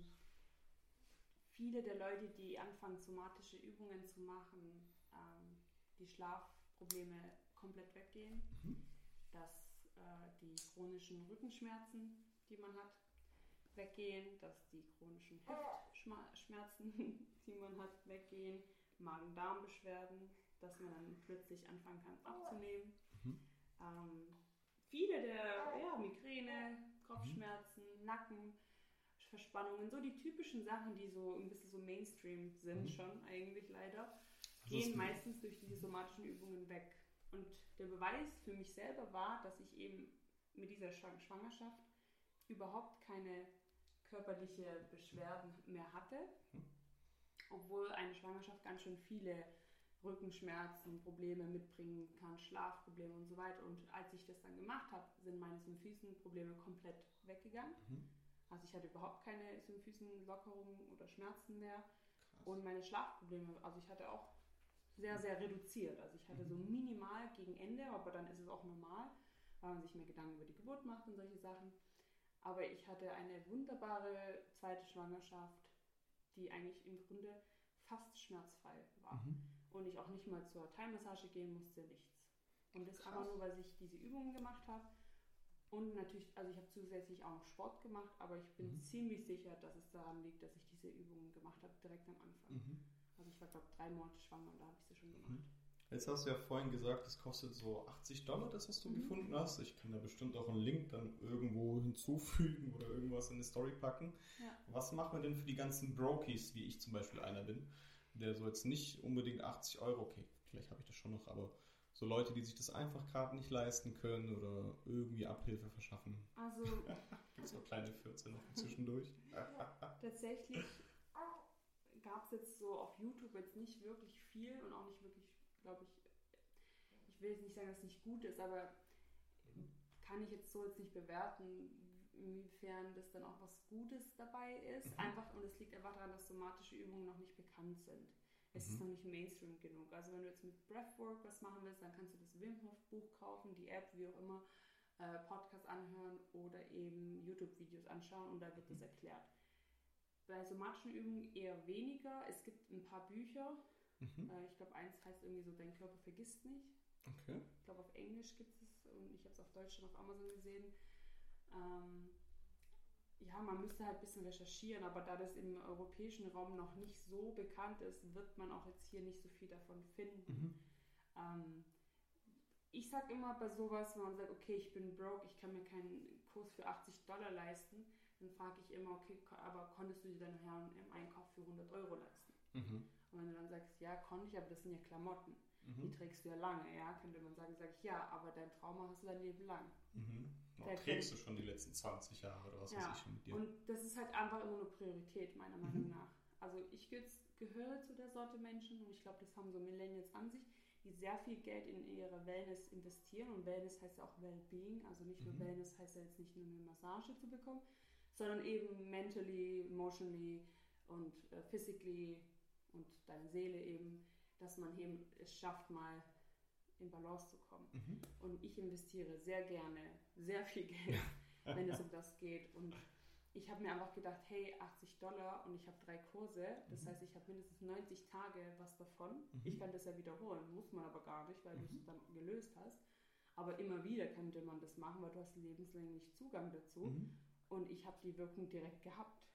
viele der Leute, die anfangen, somatische Übungen zu machen, die Schlafprobleme komplett weggehen, dass die chronischen Rückenschmerzen, die man hat, weggehen, dass die chronischen Hüftschmerzen, die man hat, weggehen, Magen-Darm-Beschwerden, dass man dann plötzlich anfangen kann abzunehmen. Viele der Migräne, Kopfschmerzen, Nackenverspannungen, so die typischen Sachen, die so ein bisschen so Mainstream sind schon eigentlich leider, gehen meistens durch diese somatischen Übungen weg. Und der Beweis für mich selber war, dass ich eben mit dieser Schwangerschaft überhaupt keine körperliche Beschwerden mehr hatte, obwohl eine Schwangerschaft ganz schön viele Rückenschmerzen, Probleme mitbringen kann, Schlafprobleme und so weiter. Und als ich das dann gemacht habe, sind meine Symphysenprobleme komplett weggegangen. Also ich hatte überhaupt keine Symphysenlockerungen oder Schmerzen mehr. Krass. Und meine Schlafprobleme, also ich hatte auch sehr, sehr reduziert. Also ich hatte so minimal gegen Ende, aber dann ist es auch normal, weil man sich mehr Gedanken über die Geburt macht und solche Sachen. Aber ich hatte eine wunderbare zweite Schwangerschaft, die eigentlich im Grunde fast schmerzfrei war. Und ich auch nicht mal zur Thai-Massage gehen musste, nichts. Und das aber nur, weil ich diese Übungen gemacht habe. Und natürlich, also ich habe zusätzlich auch noch Sport gemacht, aber ich bin ziemlich sicher, dass es daran liegt, dass ich diese Übungen gemacht habe, direkt am Anfang. Also ich war, glaube ich, 3 Monate schwanger und da habe ich sie schon gemacht. Jetzt hast du ja vorhin gesagt, das kostet so $80, das, was du gefunden hast. Ich kann da bestimmt auch einen Link dann irgendwo hinzufügen oder irgendwas in die Story packen. Ja. Was machen wir denn für die ganzen Brokies, wie ich zum Beispiel einer bin, der so jetzt nicht unbedingt 80 €, okay, vielleicht habe ich das schon noch, aber so Leute, die sich das einfach gerade nicht leisten können oder irgendwie Abhilfe verschaffen? Also Gibt es noch kleine 14 noch zwischendurch? tatsächlich gab es jetzt so auf YouTube jetzt nicht wirklich viel und auch nicht wirklich, glaube ich will jetzt nicht sagen, dass es nicht gut ist, aber kann ich jetzt so jetzt nicht bewerten, inwiefern das dann auch was Gutes dabei ist. Einfach, und es liegt einfach daran, dass somatische Übungen noch nicht bekannt sind. Es ist noch nicht Mainstream genug. Also wenn du jetzt mit Breathwork was machen willst, dann kannst du das Wim Hof Buch kaufen, die App, wie auch immer, Podcast anhören oder eben YouTube-Videos anschauen und da wird das erklärt. Bei somatischen Übungen eher weniger. Es gibt ein paar Bücher. Ich glaube, eins heißt irgendwie so, Dein Körper vergisst nicht. Okay. Ich glaube, auf Englisch gibt es und ich habe es auf Deutsch schon auf Amazon gesehen. Ja, man müsste halt ein bisschen recherchieren, aber da das im europäischen Raum noch nicht so bekannt ist, wird man auch jetzt hier nicht so viel davon finden. Ich sage immer bei sowas, wenn man sagt, okay, ich bin broke, ich kann mir keinen Kurs für $80 leisten, dann frage ich immer, okay, aber konntest du dir deinen Herrn im Einkauf für 100 Euro leisten? Und wenn du dann sagst, ja, konnte ich, aber das sind ja Klamotten, die trägst du ja lange, ja, könnte man sagen, sage ich, ja, aber dein Trauma hast du dein Leben lang. Trägst du schon die letzten 20 Jahre oder was weiß ich schon mit dir? Und das ist halt einfach immer eine Priorität, meiner Meinung nach. Also ich gehöre zu der Sorte Menschen und ich glaube, das haben so Millennials an sich, die sehr viel Geld in ihre Wellness investieren und Wellness heißt ja auch Wellbeing, also nicht nur Wellness heißt ja jetzt nicht nur eine Massage zu bekommen, sondern eben mentally, emotionally und physically und deine Seele eben, dass man eben es schafft, mal in Balance zu kommen. Und ich investiere sehr gerne, sehr viel Geld, wenn es um das geht. Und ich habe mir einfach gedacht, hey, $80 und ich habe 3 Kurse, das heißt, ich habe mindestens 90 Tage was davon. Ich kann das ja wiederholen, muss man aber gar nicht, weil du es dann gelöst hast. Aber immer wieder könnte man das machen, weil du hast lebenslänglich Zugang dazu. Und ich habe die Wirkung direkt gehabt.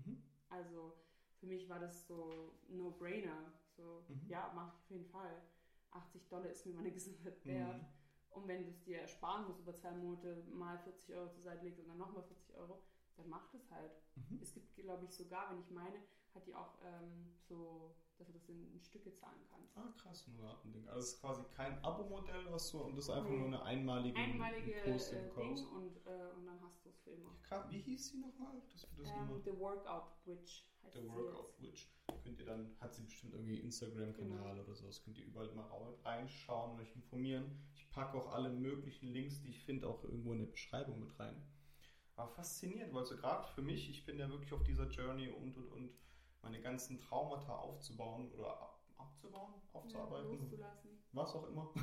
Also für mich war das so No-Brainer. So, ja, mache ich auf jeden Fall. $80 ist mir meine Gesundheit wert. Und wenn du es dir ersparen musst, über 2 Monate mal 40 Euro zur Seite legst und dann nochmal 40 Euro, dann mach das halt. Es gibt, glaube ich, sogar, wenn ich meine, hat die auch so, dass du das in Stücke zahlen kannst. Ah, krass, nur ein Ding. Also es ist quasi kein Abo-Modell, was du, und das ist einfach nur eine einmalige Kurs, den du kaufst. Und dann hast du es für immer. Ja, krass. Wie hieß sie nochmal? The Workout Witch heißt The Workout Witch. Könnt ihr dann, hat sie bestimmt irgendwie Instagram-Kanal oder so, das könnt ihr überall mal reinschauen und euch informieren. Ich packe auch alle möglichen Links, die ich finde, auch irgendwo in der Beschreibung mit rein. Aber faszinierend, weil so gerade für mich, ich bin ja wirklich auf dieser Journey und meine ganzen Traumata aufzubauen oder aufzuarbeiten, loszulassen. Was auch immer.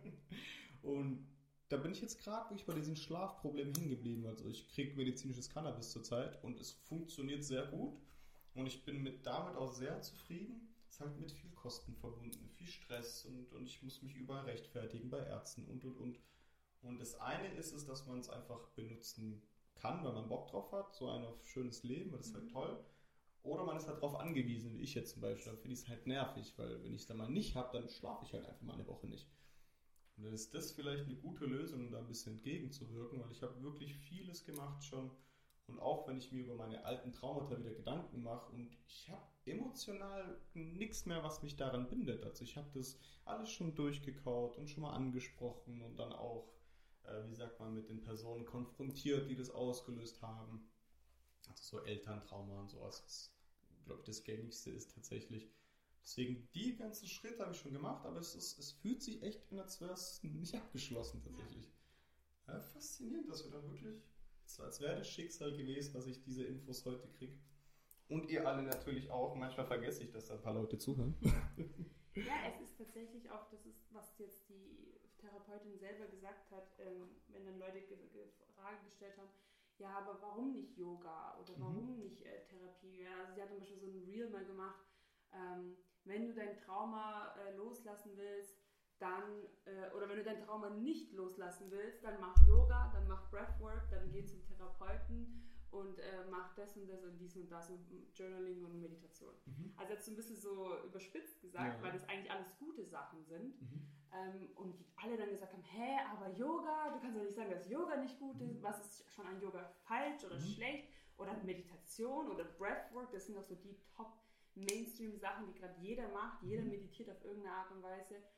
Und da bin ich jetzt gerade wirklich bei diesen Schlafproblemen hängen geblieben. Also ich kriege medizinisches Cannabis zurzeit und es funktioniert sehr gut. Und ich bin damit auch sehr zufrieden. Es ist halt mit viel Kosten verbunden, viel Stress und ich muss mich überall rechtfertigen bei Ärzten und. Und das eine ist es, dass man es einfach benutzen kann, weil man Bock drauf hat, so ein auf schönes Leben, das ist halt toll. Oder man ist halt drauf angewiesen, wie ich jetzt zum Beispiel. Dann finde ich es halt nervig, weil wenn ich es dann mal nicht habe, dann schlafe ich halt einfach mal eine Woche nicht. Und dann ist das vielleicht eine gute Lösung, um da ein bisschen entgegenzuwirken, weil ich habe wirklich vieles gemacht schon. Und auch wenn ich mir über meine alten Traumata wieder Gedanken mache und ich habe emotional nichts mehr, was mich daran bindet. Also ich habe das alles schon durchgekaut und schon mal angesprochen und dann auch, wie sagt man, mit den Personen konfrontiert, die das ausgelöst haben. Also so Elterntrauma und sowas, was, glaube ich, das Gängigste ist tatsächlich. Deswegen, die ganzen Schritte habe ich schon gemacht, aber es fühlt sich echt an, als wäre es nicht abgeschlossen tatsächlich. Ja, faszinierend, dass wir dann wirklich, als wäre das Schicksal gewesen, dass ich diese Infos heute kriege. Und ihr alle natürlich auch. Manchmal vergesse ich, dass da ein paar Leute zuhören. Ja, es ist tatsächlich auch, das ist, was jetzt die Therapeutin selber gesagt hat, wenn dann Leute Fragen gestellt haben, ja, aber warum nicht Yoga oder warum nicht Therapie? Ja, also sie hat zum Beispiel so ein Reel mal gemacht, wenn du dein Trauma loslassen willst, dann, oder wenn du dein Trauma nicht loslassen willst, dann mach Yoga, dann mach Breathwork, dann geh zum Therapeuten und mach das und das und dies und das und Journaling und Meditation. Also jetzt so ein bisschen so überspitzt gesagt, weil das eigentlich alles gute Sachen sind. Und die alle dann gesagt haben, hä, aber Yoga, du kannst doch nicht sagen, dass Yoga nicht gut ist, was ist schon an Yoga falsch oder schlecht oder Meditation oder Breathwork, das sind doch so die Top-Mainstream-Sachen, die gerade jeder macht, jeder meditiert auf irgendeine Art und Weise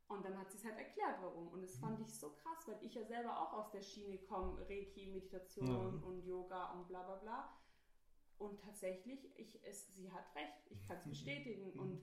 Und dann hat sie es halt erklärt, warum. Und das fand ich so krass, weil ich ja selber auch aus der Schiene komme, Reiki, Meditation und Yoga und bla bla bla. Und tatsächlich, sie hat recht, ich kann es bestätigen. Und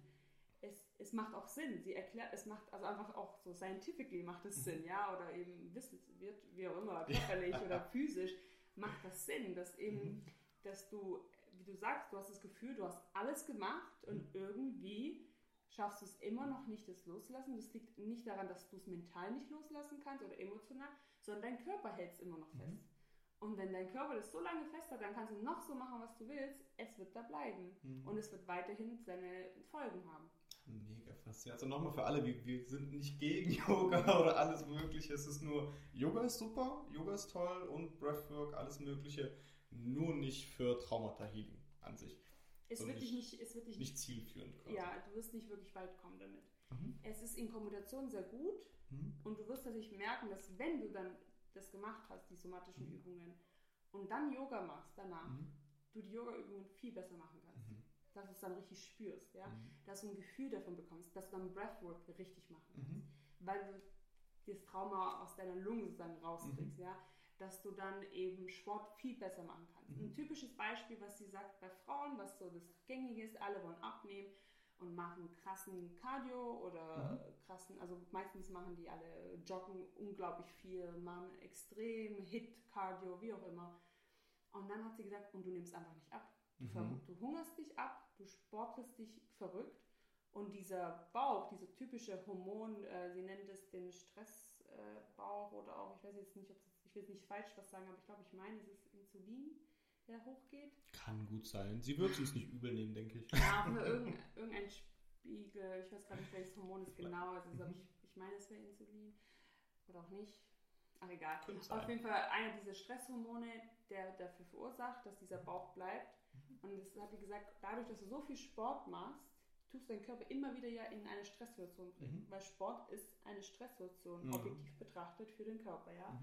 es macht auch Sinn. Sie erklärt, es macht also einfach auch so scientifically macht es Sinn, ja, oder eben wissenswert, wie auch immer, körperlich oder physisch, macht das Sinn, dass eben, dass du, wie du sagst, du hast das Gefühl, du hast alles gemacht und irgendwie schaffst du es immer noch nicht, das loszulassen. Das liegt nicht daran, dass du es mental nicht loslassen kannst oder emotional, sondern dein Körper hält es immer noch fest. Und wenn dein Körper das so lange fest hat, dann kannst du noch so machen, was du willst, es wird da bleiben. Und es wird weiterhin seine Folgen haben. Mega faszinierend. Also nochmal für alle, wir sind nicht gegen Yoga oder alles Mögliche. Es ist nur, Yoga ist super, Yoga ist toll und Breathwork, alles Mögliche, nur nicht für Traumata-Healing an sich. Es wird dich nicht zielführend quasi. Ja, du wirst nicht wirklich weit kommen damit. Es ist in Kombination sehr gut und du wirst tatsächlich merken, dass wenn du dann das gemacht hast, die somatischen Übungen, und dann Yoga machst danach, du die Yoga-Übungen viel besser machen kannst. Dass du es dann richtig spürst, ja? Dass du ein Gefühl davon bekommst, dass du dann Breathwork richtig machen kannst. Weil du das Trauma aus deiner Lunge sozusagen rauskriegst, ja? Dass du dann eben Sport viel besser machen kannst. Ein typisches Beispiel, was sie sagt bei Frauen, was so das Gängige ist, alle wollen abnehmen und machen krassen Cardio oder krassen, also meistens machen die alle joggen unglaublich viel, machen extrem Hit-Cardio, wie auch immer. Und dann hat sie gesagt, und du nimmst einfach nicht ab. Du hungerst dich ab, du sportlest dich verrückt und dieser Bauch, dieser typische Hormon, sie nennt es den Stressbauch oder auch, ich weiß jetzt nicht, ich will jetzt nicht falsch was sagen, aber ich glaube, ich meine, es ist Insulin, der hochgeht. Kann gut sein. Sie wird es uns nicht übel nehmen, denke ich. Ja, für irgendein Spiegel, ich weiß gar nicht, welches Hormon es genau ist, aber ich meine, es wäre Insulin oder auch nicht. Ach, egal. Auf jeden Fall einer dieser Stresshormone, der dafür verursacht, dass dieser Bauch bleibt. Und das hat sie gesagt, dadurch, dass du so viel Sport machst, tust dein Körper immer wieder ja in eine Stresssituation bringen. Weil Sport ist eine Stresssituation, objektiv betrachtet, für den Körper, ja.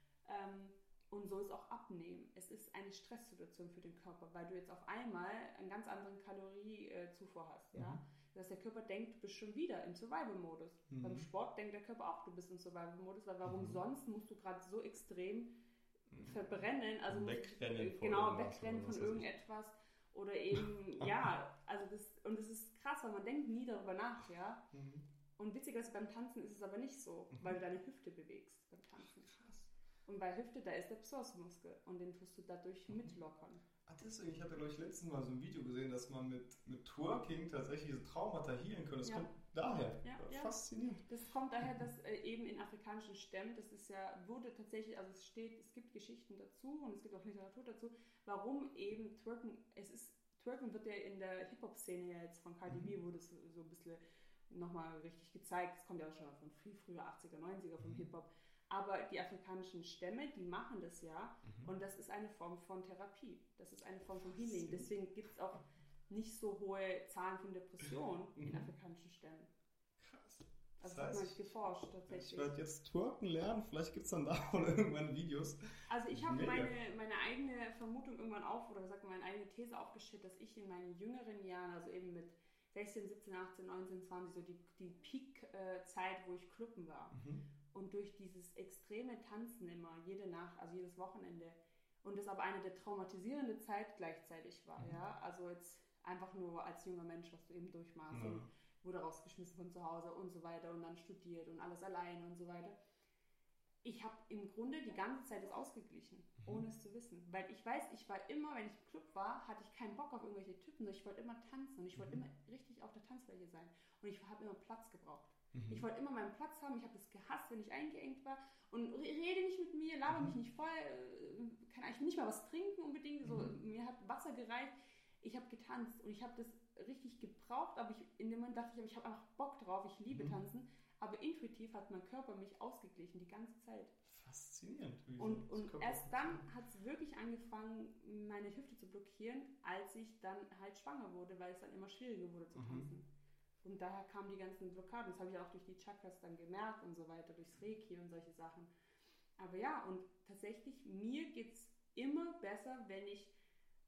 Und so ist auch Abnehmen. Es ist eine Stresssituation für den Körper, weil du jetzt auf einmal einen ganz anderen Kaloriezufuhr hast, ja. Dass der Körper denkt, du bist schon wieder im Survival-Modus. Beim Sport denkt der Körper auch, du bist im Survival-Modus, weil warum sonst musst du gerade so extrem verbrennen, also wegrennen von irgendetwas oder eben, ja, also das ist krass, weil man denkt nie darüber nach, ja. Und witzigerweise beim Tanzen ist es aber nicht so, weil du deine Hüfte bewegst beim Tanzen. Krass. Und bei Hüfte, da ist der Psoasmuskel und den tust du dadurch mitlockern. Ach deswegen, ich hatte glaube ich letztens mal so ein Video gesehen, dass man mit Twerking tatsächlich diese Traumata healen kann. Das kommt daher. Ja. Faszinierend. Das kommt daher, dass eben in afrikanischen Stämmen, das ist ja, wurde tatsächlich, also es gibt Geschichten dazu und es gibt auch Literatur dazu, warum eben Twerken wird ja in der Hip-Hop-Szene ja jetzt von Cardi B wurde es so ein bisschen nochmal richtig gezeigt. Es kommt ja auch schon von viel früher, 80er, 90er vom Hip-Hop. Aber die afrikanischen Stämme, die machen das ja und das ist eine Form von Therapie. Das ist eine Form von Healing. Deswegen gibt es auch nicht so hohe Zahlen von Depressionen in afrikanischen Stämmen. Krass. Also das hat man geforscht tatsächlich. Ich werde jetzt twerken lernen, vielleicht gibt es dann davon irgendwann Videos. Also ich habe meine eigene Vermutung irgendwann meine eigene These aufgestellt, dass ich in meinen jüngeren Jahren, also eben mit 16, 17, 18, 19, 20, so die Peak-Zeit, wo ich Clubben war. Und durch dieses extreme Tanzen immer, jede Nacht, also jedes Wochenende, und das aber eine der traumatisierende Zeit gleichzeitig war, ja, also jetzt einfach nur als junger Mensch, was du eben durchmachst und wurde rausgeschmissen von zu Hause und so weiter und dann studiert und alles alleine und so weiter. Ich habe im Grunde die ganze Zeit das ausgeglichen, ohne es zu wissen, weil ich weiß, ich war immer, wenn ich im Club war, hatte ich keinen Bock auf irgendwelche Typen, sondern ich wollte immer tanzen und ich wollte immer richtig auf der Tanzfläche sein und ich habe immer Platz gebraucht. Ich wollte immer meinen Platz haben, ich habe das gehasst, wenn ich eingeengt war und rede nicht mit mir, laber mich nicht voll, ich will nicht mal was trinken unbedingt, so, mir hat Wasser gereicht, ich habe getanzt und ich habe das richtig gebraucht, aber in dem Moment dachte ich habe einfach Bock drauf, ich liebe Tanzen, aber intuitiv hat mein Körper mich ausgeglichen, die ganze Zeit. Faszinierend. Und erst dann hat es wirklich angefangen, meine Hüfte zu blockieren, als ich dann halt schwanger wurde, weil es dann immer schwieriger wurde zu tanzen. Und daher kamen die ganzen Blockaden. Das habe ich auch durch die Chakras dann gemerkt und so weiter, durchs Reiki und solche Sachen. Aber ja, und tatsächlich, mir geht es immer besser, wenn ich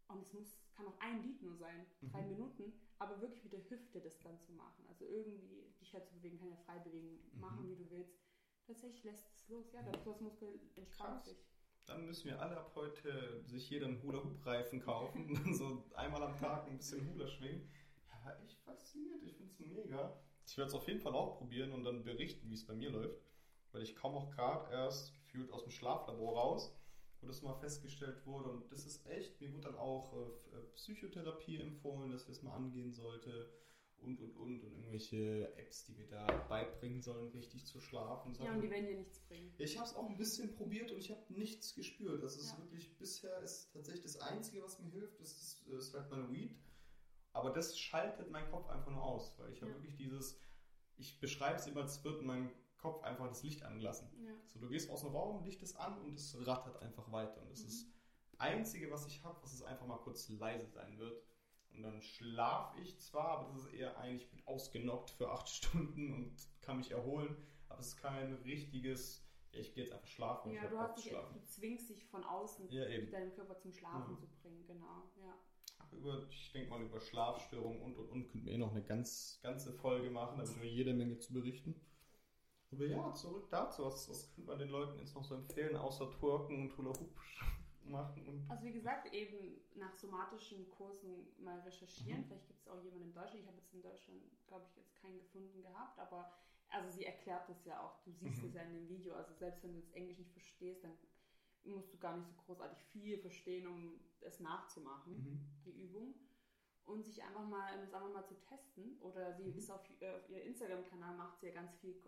Und kann auch ein Lied nur sein, 3 Minuten, aber wirklich mit der Hüfte das dann zu machen. Also irgendwie dich halt zu bewegen, kann ja frei bewegen, machen wie du willst. Tatsächlich lässt es los. Ja, der Brustmuskel entspannt sich. Dann müssen wir alle ab heute sich jeder einen Hula-Hoop-Reifen kaufen und dann so einmal am Tag ein bisschen Hula schwingen. Ja, war echt faszinierend. Ich finde es mega. Ich werde es auf jeden Fall auch probieren und dann berichten, wie es bei mir läuft. Weil ich komme auch gerade erst gefühlt aus dem Schlaflabor raus, wo das mal festgestellt wurde. Und das ist echt, mir wurde dann auch Psychotherapie empfohlen, dass wir es mal angehen sollte. Und irgendwelche Apps, die mir da beibringen sollen, richtig zu schlafen. Ja, und die werden dir nichts bringen. Ich habe es auch ein bisschen probiert und ich habe nichts gespürt. Das ist wirklich, bisher ist tatsächlich das Einzige, was mir hilft, ist halt mein Weed. Aber das schaltet meinen Kopf einfach nur aus, weil ich habe wirklich ich beschreibe es immer, als wird in meinem Kopf einfach das Licht angelassen. Ja. So, du gehst aus dem Raum, Licht ist an und es rattert einfach weiter. Und das ist das Einzige, was ich habe, was es einfach mal kurz leise sein wird. Und dann schlafe ich zwar, aber das ist eher ich bin ausgenockt für 8 Stunden und kann mich erholen, aber es ist kein richtiges, ich gehe jetzt einfach schlafen. Ja, du zwingst dich von außen, deinen Körper zum Schlafen zu bringen, genau. Ja. Ich denke mal über Schlafstörungen und könnten wir noch eine ganze Folge machen, da habe ich noch jede Menge zu berichten. Aber ja, zurück dazu, was könnte man den Leuten jetzt noch so empfehlen, außer Twerken und Hula Hoop machen? Also wie gesagt, eben nach somatischen Kursen mal recherchieren. Vielleicht gibt es auch jemanden in Deutschland. Ich habe jetzt in Deutschland, glaube ich, jetzt keinen gefunden gehabt, aber also sie erklärt das ja auch. Du siehst es ja in dem Video. Also selbst wenn du das Englisch nicht verstehst, dann musst du gar nicht so großartig viel verstehen, um es nachzumachen, die Übung. Und sich einfach mal zu testen. Oder sie ist auf ihr Instagram-Kanal, macht sie ja ganz viel,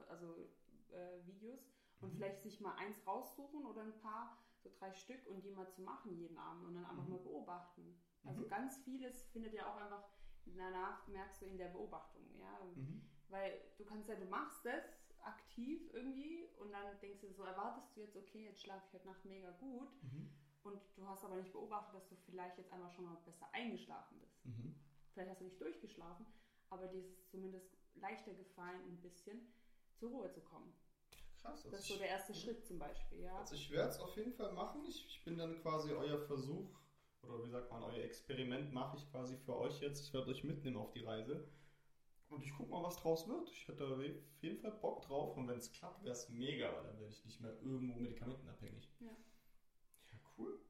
Videos. Und vielleicht sich mal eins raussuchen oder ein paar, so 3 Stück und die mal zu machen jeden Abend und dann einfach mal beobachten. Also ganz vieles findet ja auch einfach, danach merkst du in der Beobachtung, ja. Weil du machst es aktiv irgendwie und dann denkst du so, erwartest du jetzt, okay, jetzt schlafe ich heute Nacht mega gut und du hast aber nicht beobachtet, dass du vielleicht jetzt einfach schon mal besser eingeschlafen bist. Vielleicht hast du nicht durchgeschlafen, aber dir ist es zumindest leichter gefallen, ein bisschen zur Ruhe zu kommen. Krass. Das ist so der erste Schritt zum Beispiel, ja. Also ich werde es auf jeden Fall machen. Ich bin dann quasi euer Versuch, oder wie sagt man, euer Experiment mache ich quasi für euch jetzt. Ich werde euch mitnehmen auf die Reise. Und ich gucke mal, was draus wird. Ich hätte auf jeden Fall Bock drauf. Und wenn es klappt, wäre es mega, weil dann werde ich nicht mehr irgendwo medikamentenabhängig. Ja. Ja, cool.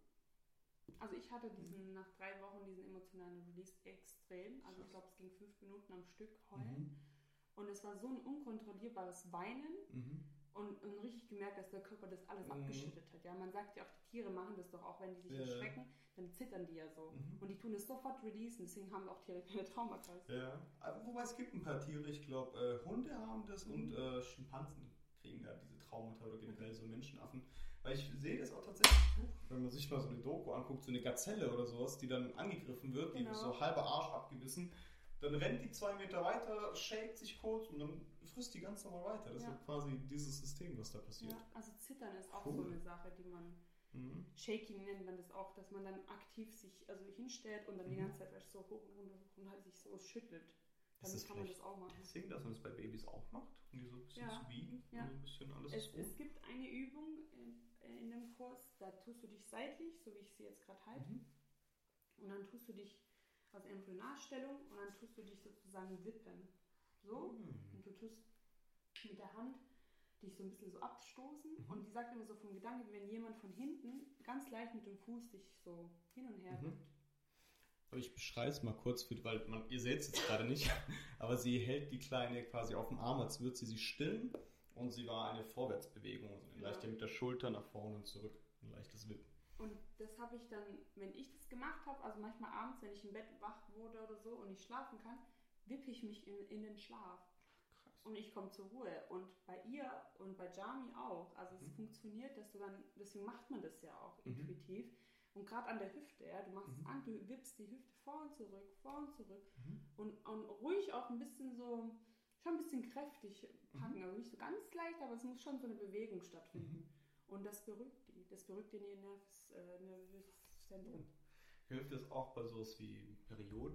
Also ich hatte nach 3 Wochen diesen emotionalen Release extrem. Also ich glaube, es ging 5 Minuten am Stück heulen. Und es war so ein unkontrollierbares Weinen. Und richtig gemerkt, dass der Körper das alles abgeschüttet hat. Ja, man sagt ja auch, die Tiere machen das doch auch, wenn die sich erschrecken, dann zittern die ja so. Und die tun es sofort releasen, deswegen haben auch Tiere keine Traumata. Ja, aber wobei es gibt ein paar Tiere, ich glaube, Hunde haben das und Schimpansen kriegen da diese Traumata oder generell so Menschenaffen. Weil ich sehe das auch tatsächlich, wenn man sich mal so eine Doku anguckt, so eine Gazelle oder sowas, die dann angegriffen wird, die ist so halber Arsch abgebissen. Dann rennt die 2 Meter weiter, shakt sich kurz und dann frisst die ganz normal weiter. Das ist quasi dieses System, was da passiert. Ja, also Zittern ist auch so eine Sache, die man Shaking nennt man das auch, dass man dann aktiv sich hinstellt und dann die ganze Zeit so hoch und runter und halt sich so schüttelt. Damit kann man das auch machen. Deswegen, dass man das bei Babys auch macht, um die so ein bisschen zu wiegen und ein bisschen alles es gibt eine Übung in dem Kurs, da tust du dich seitlich, so wie ich sie jetzt gerade halte, und dann tust du dich aus Embryonalstellung und dann tust du dich sozusagen wippen. So. Und du tust mit der Hand dich so ein bisschen so abstoßen. Und die sagt immer so vom Gedanken, wenn jemand von hinten ganz leicht mit dem Fuß dich so hin und her wippt. Aber ich beschreibe es mal kurz, weil ihr seht es jetzt gerade nicht, aber sie hält die Kleine quasi auf dem Arm, als würde sie stillen. Und sie war eine Vorwärtsbewegung, also eine leichte mit der Schulter nach vorne und zurück. Ein leichtes Wippen. Und das habe ich dann, wenn ich das gemacht habe, also manchmal abends, wenn ich im Bett wach wurde oder so und nicht schlafen kann, wippe ich mich in den Schlaf. Krass. Und ich komme zur Ruhe. Und bei ihr und bei Jami auch. Also es funktioniert, dass du dann, deswegen macht man das ja auch intuitiv. Und gerade an der Hüfte, ja, du machst es an, du wippst die Hüfte vor und zurück. Und ruhig auch ein bisschen so, schon ein bisschen kräftig packen. Also nicht so ganz leicht, aber es muss schon so eine Bewegung stattfinden. Und das beruhigt die. Das beruhigt ihr nervöses Zentrum. Hilft es auch bei sowas wie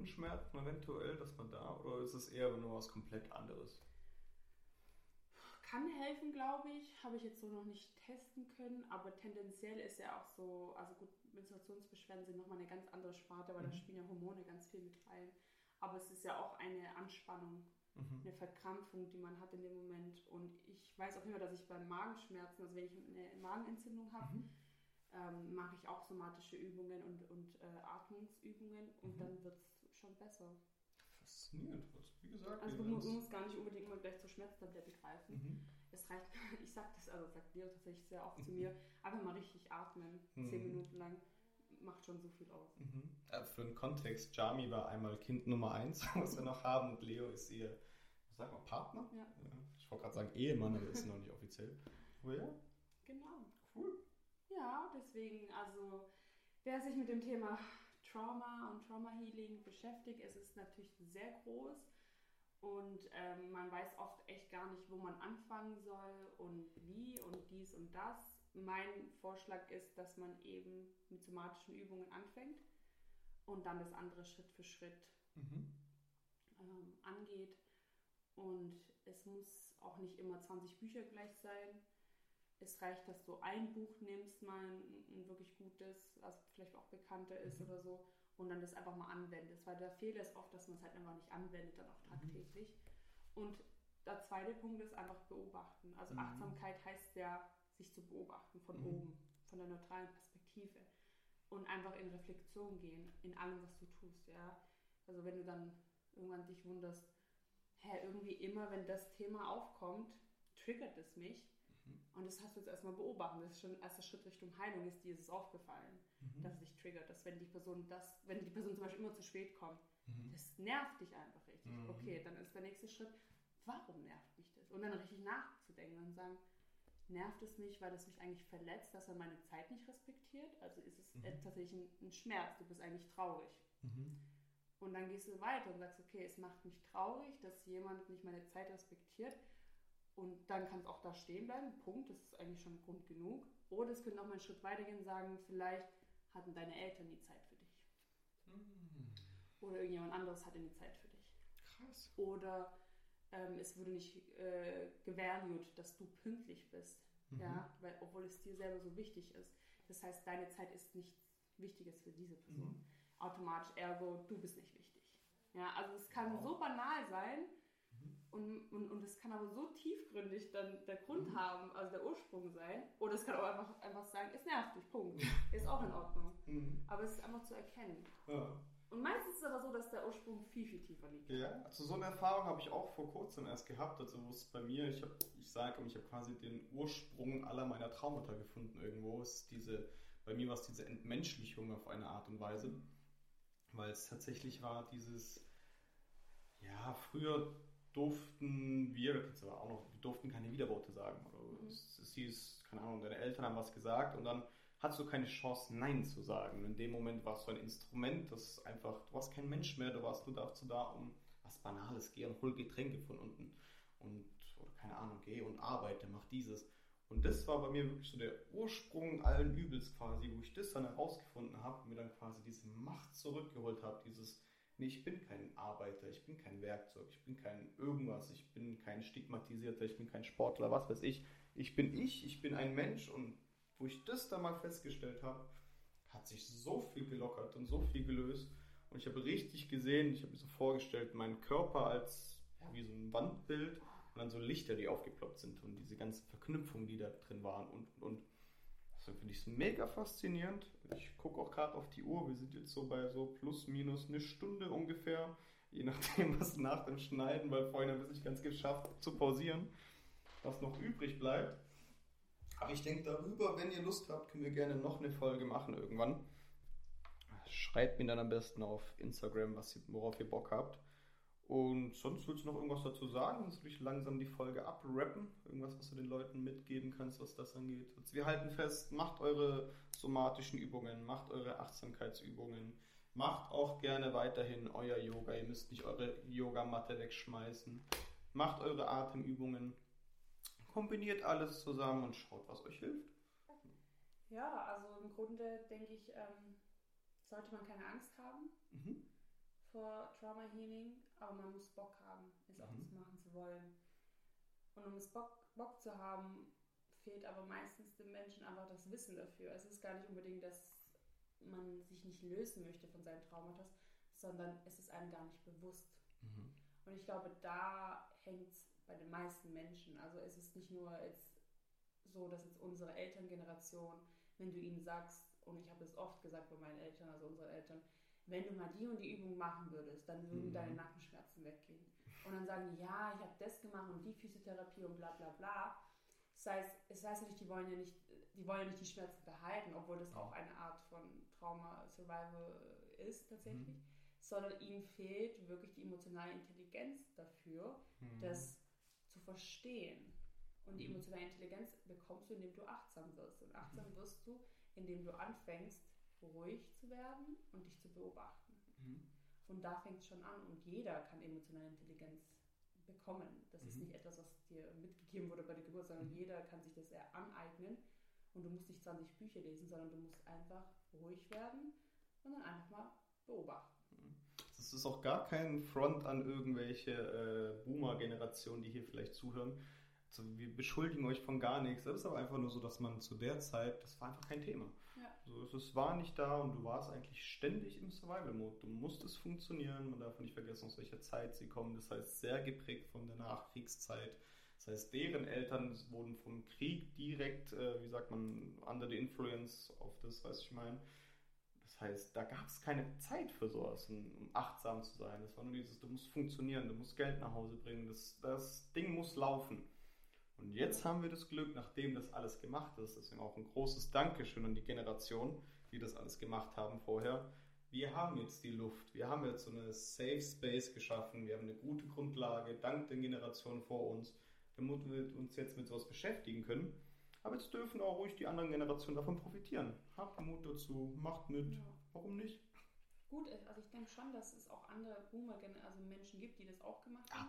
Periodenschmerzen eventuell, dass man da, oder ist es eher nur was komplett anderes? kann helfen, glaube ich. Habe ich jetzt so noch nicht testen können, aber tendenziell ist ja auch so, also gut, Menstruationsbeschwerden sind nochmal eine ganz andere Sparte, weil da spielen ja Hormone ganz viel mit rein. Aber es ist ja auch eine Anspannung, eine Verkrampfung, die man hat in dem Moment. Und ich weiß auch immer, dass ich bei Magenschmerzen, also wenn ich eine Magenentzündung habe, mache ich auch somatische Übungen und Atmungsübungen und dann wird es schon besser. Faszinierend. Wie gesagt, also du musst gar nicht unbedingt mal gleich zur Schmerztablette greifen. Es reicht, ich sag das, also sagt Leo tatsächlich sehr oft zu mir, einfach mal richtig atmen, 10 Minuten lang, macht schon so viel aus. Für den Kontext, Jami war einmal Kind Nummer 1, was wir noch haben, und Leo ist ihr, sag mal, Partner? Ja. Ich wollte gerade sagen Ehemann, aber ist noch nicht offiziell. Aber ja. Genau. Cool. Ja, deswegen, also wer sich mit dem Thema Trauma und Trauma Healing beschäftigt, es ist natürlich sehr groß und man weiß oft echt gar nicht, wo man anfangen soll und wie und dies und das. Mein Vorschlag ist, dass man eben mit somatischen Übungen anfängt und dann das andere Schritt für Schritt angeht. Und es muss auch nicht immer 20 Bücher gleich sein. Es reicht, dass du ein Buch nimmst, mal ein wirklich gutes, was vielleicht auch bekannter ist oder so, und dann das einfach mal anwendest. Weil der Fehler ist oft, dass man es halt einfach nicht anwendet, dann auch tagtäglich. Und der zweite Punkt ist einfach beobachten. Also Achtsamkeit heißt ja, sich zu beobachten von oben, von der neutralen Perspektive. Und einfach in Reflexion gehen, in allem, was du tust. Ja? Also wenn du dann irgendwann dich wunderst, irgendwie immer, wenn das Thema aufkommt, triggert es mich. Und das hast du jetzt erstmal beobachten. Das ist schon ein erster Schritt Richtung Heilung, ist dir es aufgefallen, dass es dich triggert. Dass wenn die Person zum Beispiel immer zu spät kommt, das nervt dich einfach richtig. Okay, dann ist der nächste Schritt, warum nervt mich das? Und dann richtig nachzudenken und sagen, nervt es mich, weil es mich eigentlich verletzt, dass er meine Zeit nicht respektiert? Also ist es tatsächlich ein Schmerz, du bist eigentlich traurig. Und dann gehst du weiter und sagst, okay, es macht mich traurig, dass jemand nicht meine Zeit respektiert. Und dann kann es auch da stehen bleiben, Punkt, das ist eigentlich schon Grund genug. Oder es könnte auch mal einen Schritt weitergehen und sagen, vielleicht hatten deine Eltern die Zeit für dich. Oder irgendjemand anderes hatte die Zeit für dich. Krass. Oder es wurde nicht gevalued, dass du pünktlich bist, ja, weil, obwohl es dir selber so wichtig ist. Das heißt, deine Zeit ist nichts Wichtiges für diese Person. Automatisch, ergo, du bist nicht wichtig. Ja, also es kann so banal sein, und es kann aber so tiefgründig dann der Grund haben, also der Ursprung sein. Oder es kann auch einfach sagen, es nervt dich, Punkt. Ist auch in Ordnung. Aber es ist einfach zu erkennen. Ja. Und meistens ist es aber so, dass der Ursprung viel, viel tiefer liegt. Ja, also so eine Erfahrung habe ich auch vor kurzem erst gehabt. Also wo es bei mir, ich habe quasi den Ursprung aller meiner Traumata gefunden irgendwo. Bei mir war es diese Entmenschlichung auf eine Art und Weise. Weil es tatsächlich war früher durften wir durften keine Widerworte sagen. Oder es hieß, keine Ahnung, deine Eltern haben was gesagt und dann hattest du keine Chance, Nein zu sagen. Und in dem Moment war es so ein Instrument, das einfach, du warst kein Mensch mehr, du warst nur dazu da, um was Banales, geh und hol Getränke von unten. Oder keine Ahnung, geh und arbeite, mach dieses. Und das war bei mir wirklich so der Ursprung allen Übels quasi, wo ich das dann herausgefunden habe und mir dann quasi diese Macht zurückgeholt habe, nee, ich bin kein Arbeiter, ich bin kein Werkzeug, ich bin kein irgendwas, ich bin kein Stigmatisierter, ich bin kein Sportler, was weiß ich. Ich bin ein Mensch, und wo ich das dann mal festgestellt habe, hat sich so viel gelockert und so viel gelöst. Und ich habe richtig gesehen, ich habe mir so vorgestellt, meinen Körper als wie so ein Wandbild und dann so Lichter, die aufgeploppt sind und diese ganzen Verknüpfungen, die da drin waren und. Deswegen finde ich es mega faszinierend. Ich gucke auch gerade auf die Uhr. Wir sind jetzt so bei so plus minus eine Stunde ungefähr. Je nachdem, was nach dem Schneiden, weil vorhin habe ich es nicht ganz geschafft zu pausieren, was noch übrig bleibt. Aber ich denke darüber, wenn ihr Lust habt, können wir gerne noch eine Folge machen irgendwann. Schreibt mir dann am besten auf Instagram, worauf ihr Bock habt. Und sonst willst du noch irgendwas dazu sagen? Sonst würde ich langsam die Folge abrappen. Irgendwas, was du den Leuten mitgeben kannst, was das angeht. Also wir halten fest, macht eure somatischen Übungen, macht eure Achtsamkeitsübungen, macht auch gerne weiterhin euer Yoga. Ihr müsst nicht eure Yogamatte wegschmeißen. Macht eure Atemübungen. Kombiniert alles zusammen und schaut, was euch hilft. Ja, also im Grunde denke ich, sollte man keine Angst haben vor Trauma Healing, aber man muss Bock haben, es auch machen zu wollen. Und um es Bock zu haben, fehlt aber meistens den Menschen einfach das Wissen dafür. Es ist gar nicht unbedingt, dass man sich nicht lösen möchte von seinen Traumata, sondern es ist einem gar nicht bewusst. Mhm. Und ich glaube, da hängt es bei den meisten Menschen. Also es ist nicht nur jetzt so, dass jetzt unsere Elterngeneration, wenn du ihnen sagst, und ich habe es oft gesagt bei meinen Eltern, also unsere Eltern, wenn du mal die und die Übung machen würdest, dann würden deine Nackenschmerzen weggehen. Und dann sagen die, ja, ich habe das gemacht und die Physiotherapie und bla bla bla. Es heißt nicht, die wollen ja nicht die Schmerzen behalten, obwohl das auch eine Art von Trauma-Survival ist tatsächlich, sondern ihnen fehlt wirklich die emotionale Intelligenz dafür, das zu verstehen. Und die emotionale Intelligenz bekommst du, indem du achtsam wirst. Und achtsam wirst du, indem du anfängst, ruhig zu werden und dich zu beobachten. Und da fängt es schon an. Und jeder kann emotionale Intelligenz bekommen. Das ist nicht etwas, was dir mitgegeben wurde bei der Geburt, sondern jeder kann sich das eher aneignen. Und du musst nicht 20 Bücher lesen, sondern du musst einfach ruhig werden und dann einfach mal beobachten. Das ist auch gar kein Front an irgendwelche Boomer-Generationen, die hier vielleicht zuhören. Also wir beschuldigen euch von gar nichts. Das ist aber einfach nur so, dass man zu der Zeit, das war einfach kein Thema. Ja. Also es war nicht da und du warst eigentlich ständig im Survival-Mode. Du musstest funktionieren, man darf nicht vergessen, aus welcher Zeit sie kommen. Das heißt, sehr geprägt von der Nachkriegszeit. Das heißt, deren Eltern wurden vom Krieg direkt, under the influence auf das, was ich meine. Das heißt, da gab es keine Zeit für sowas, um achtsam zu sein. Das war nur dieses, du musst funktionieren, du musst Geld nach Hause bringen, das Ding muss laufen. Und jetzt haben wir das Glück, nachdem das alles gemacht ist, deswegen auch ein großes Dankeschön an die Generation, die das alles gemacht haben vorher. Wir haben jetzt die Luft, wir haben jetzt so eine Safe Space geschaffen, wir haben eine gute Grundlage, dank den Generationen vor uns, damit wir uns jetzt mit sowas beschäftigen können. Aber jetzt dürfen auch ruhig die anderen Generationen davon profitieren. Habt Mut dazu, macht mit, warum nicht? Gut, also ich denke schon, dass es auch andere Boomer, also Menschen gibt, die das auch gemacht haben,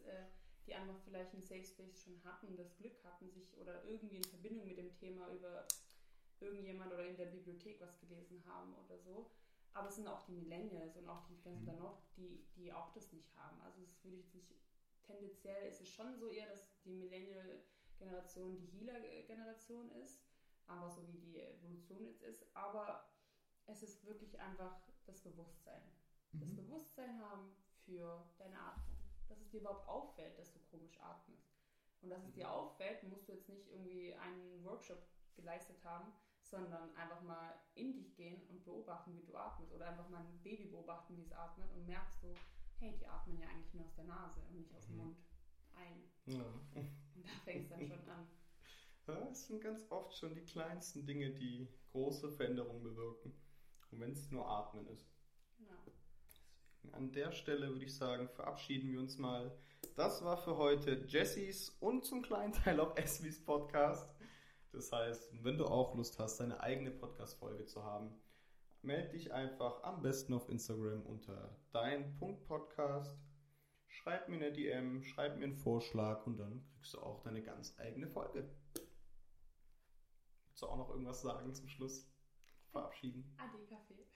die einfach vielleicht einen Safe Space schon hatten, das Glück hatten, sich oder irgendwie in Verbindung mit dem Thema über irgendjemand oder in der Bibliothek was gelesen haben oder so. Aber es sind auch die Millennials und auch die ganzen danach, die auch das nicht haben. Also es würde ich nicht, tendenziell ist es schon so eher, dass die Millennial-Generation die Healer-Generation ist, einfach so wie die Evolution jetzt ist, aber es ist wirklich einfach das Bewusstsein. Das Bewusstsein haben für deine Atmung. Dass es dir überhaupt auffällt, dass du komisch atmest. Und dass es dir auffällt, musst du jetzt nicht irgendwie einen Workshop geleistet haben, sondern einfach mal in dich gehen und beobachten, wie du atmest. Oder einfach mal ein Baby beobachten, wie es atmet und merkst du, hey, die atmen ja eigentlich nur aus der Nase und nicht aus dem Mund ein. Ja. Und da fängt es dann schon an. Ja, es sind ganz oft schon die kleinsten Dinge, die große Veränderungen bewirken. Und wenn es nur Atmen ist. Genau. Deswegen an der Stelle würde ich sagen, verabschieden wir uns mal. Das war für heute Jessys und zum kleinen Teil auch Esmys Podcast. Das heißt, wenn du auch Lust hast, deine eigene Podcast-Folge zu haben, melde dich einfach am besten auf Instagram unter dein.podcast. Schreib mir eine DM, schreib mir einen Vorschlag und dann kriegst du auch deine ganz eigene Folge. Willst du auch noch irgendwas sagen zum Schluss? Verabschieden. Ade, Kaffee.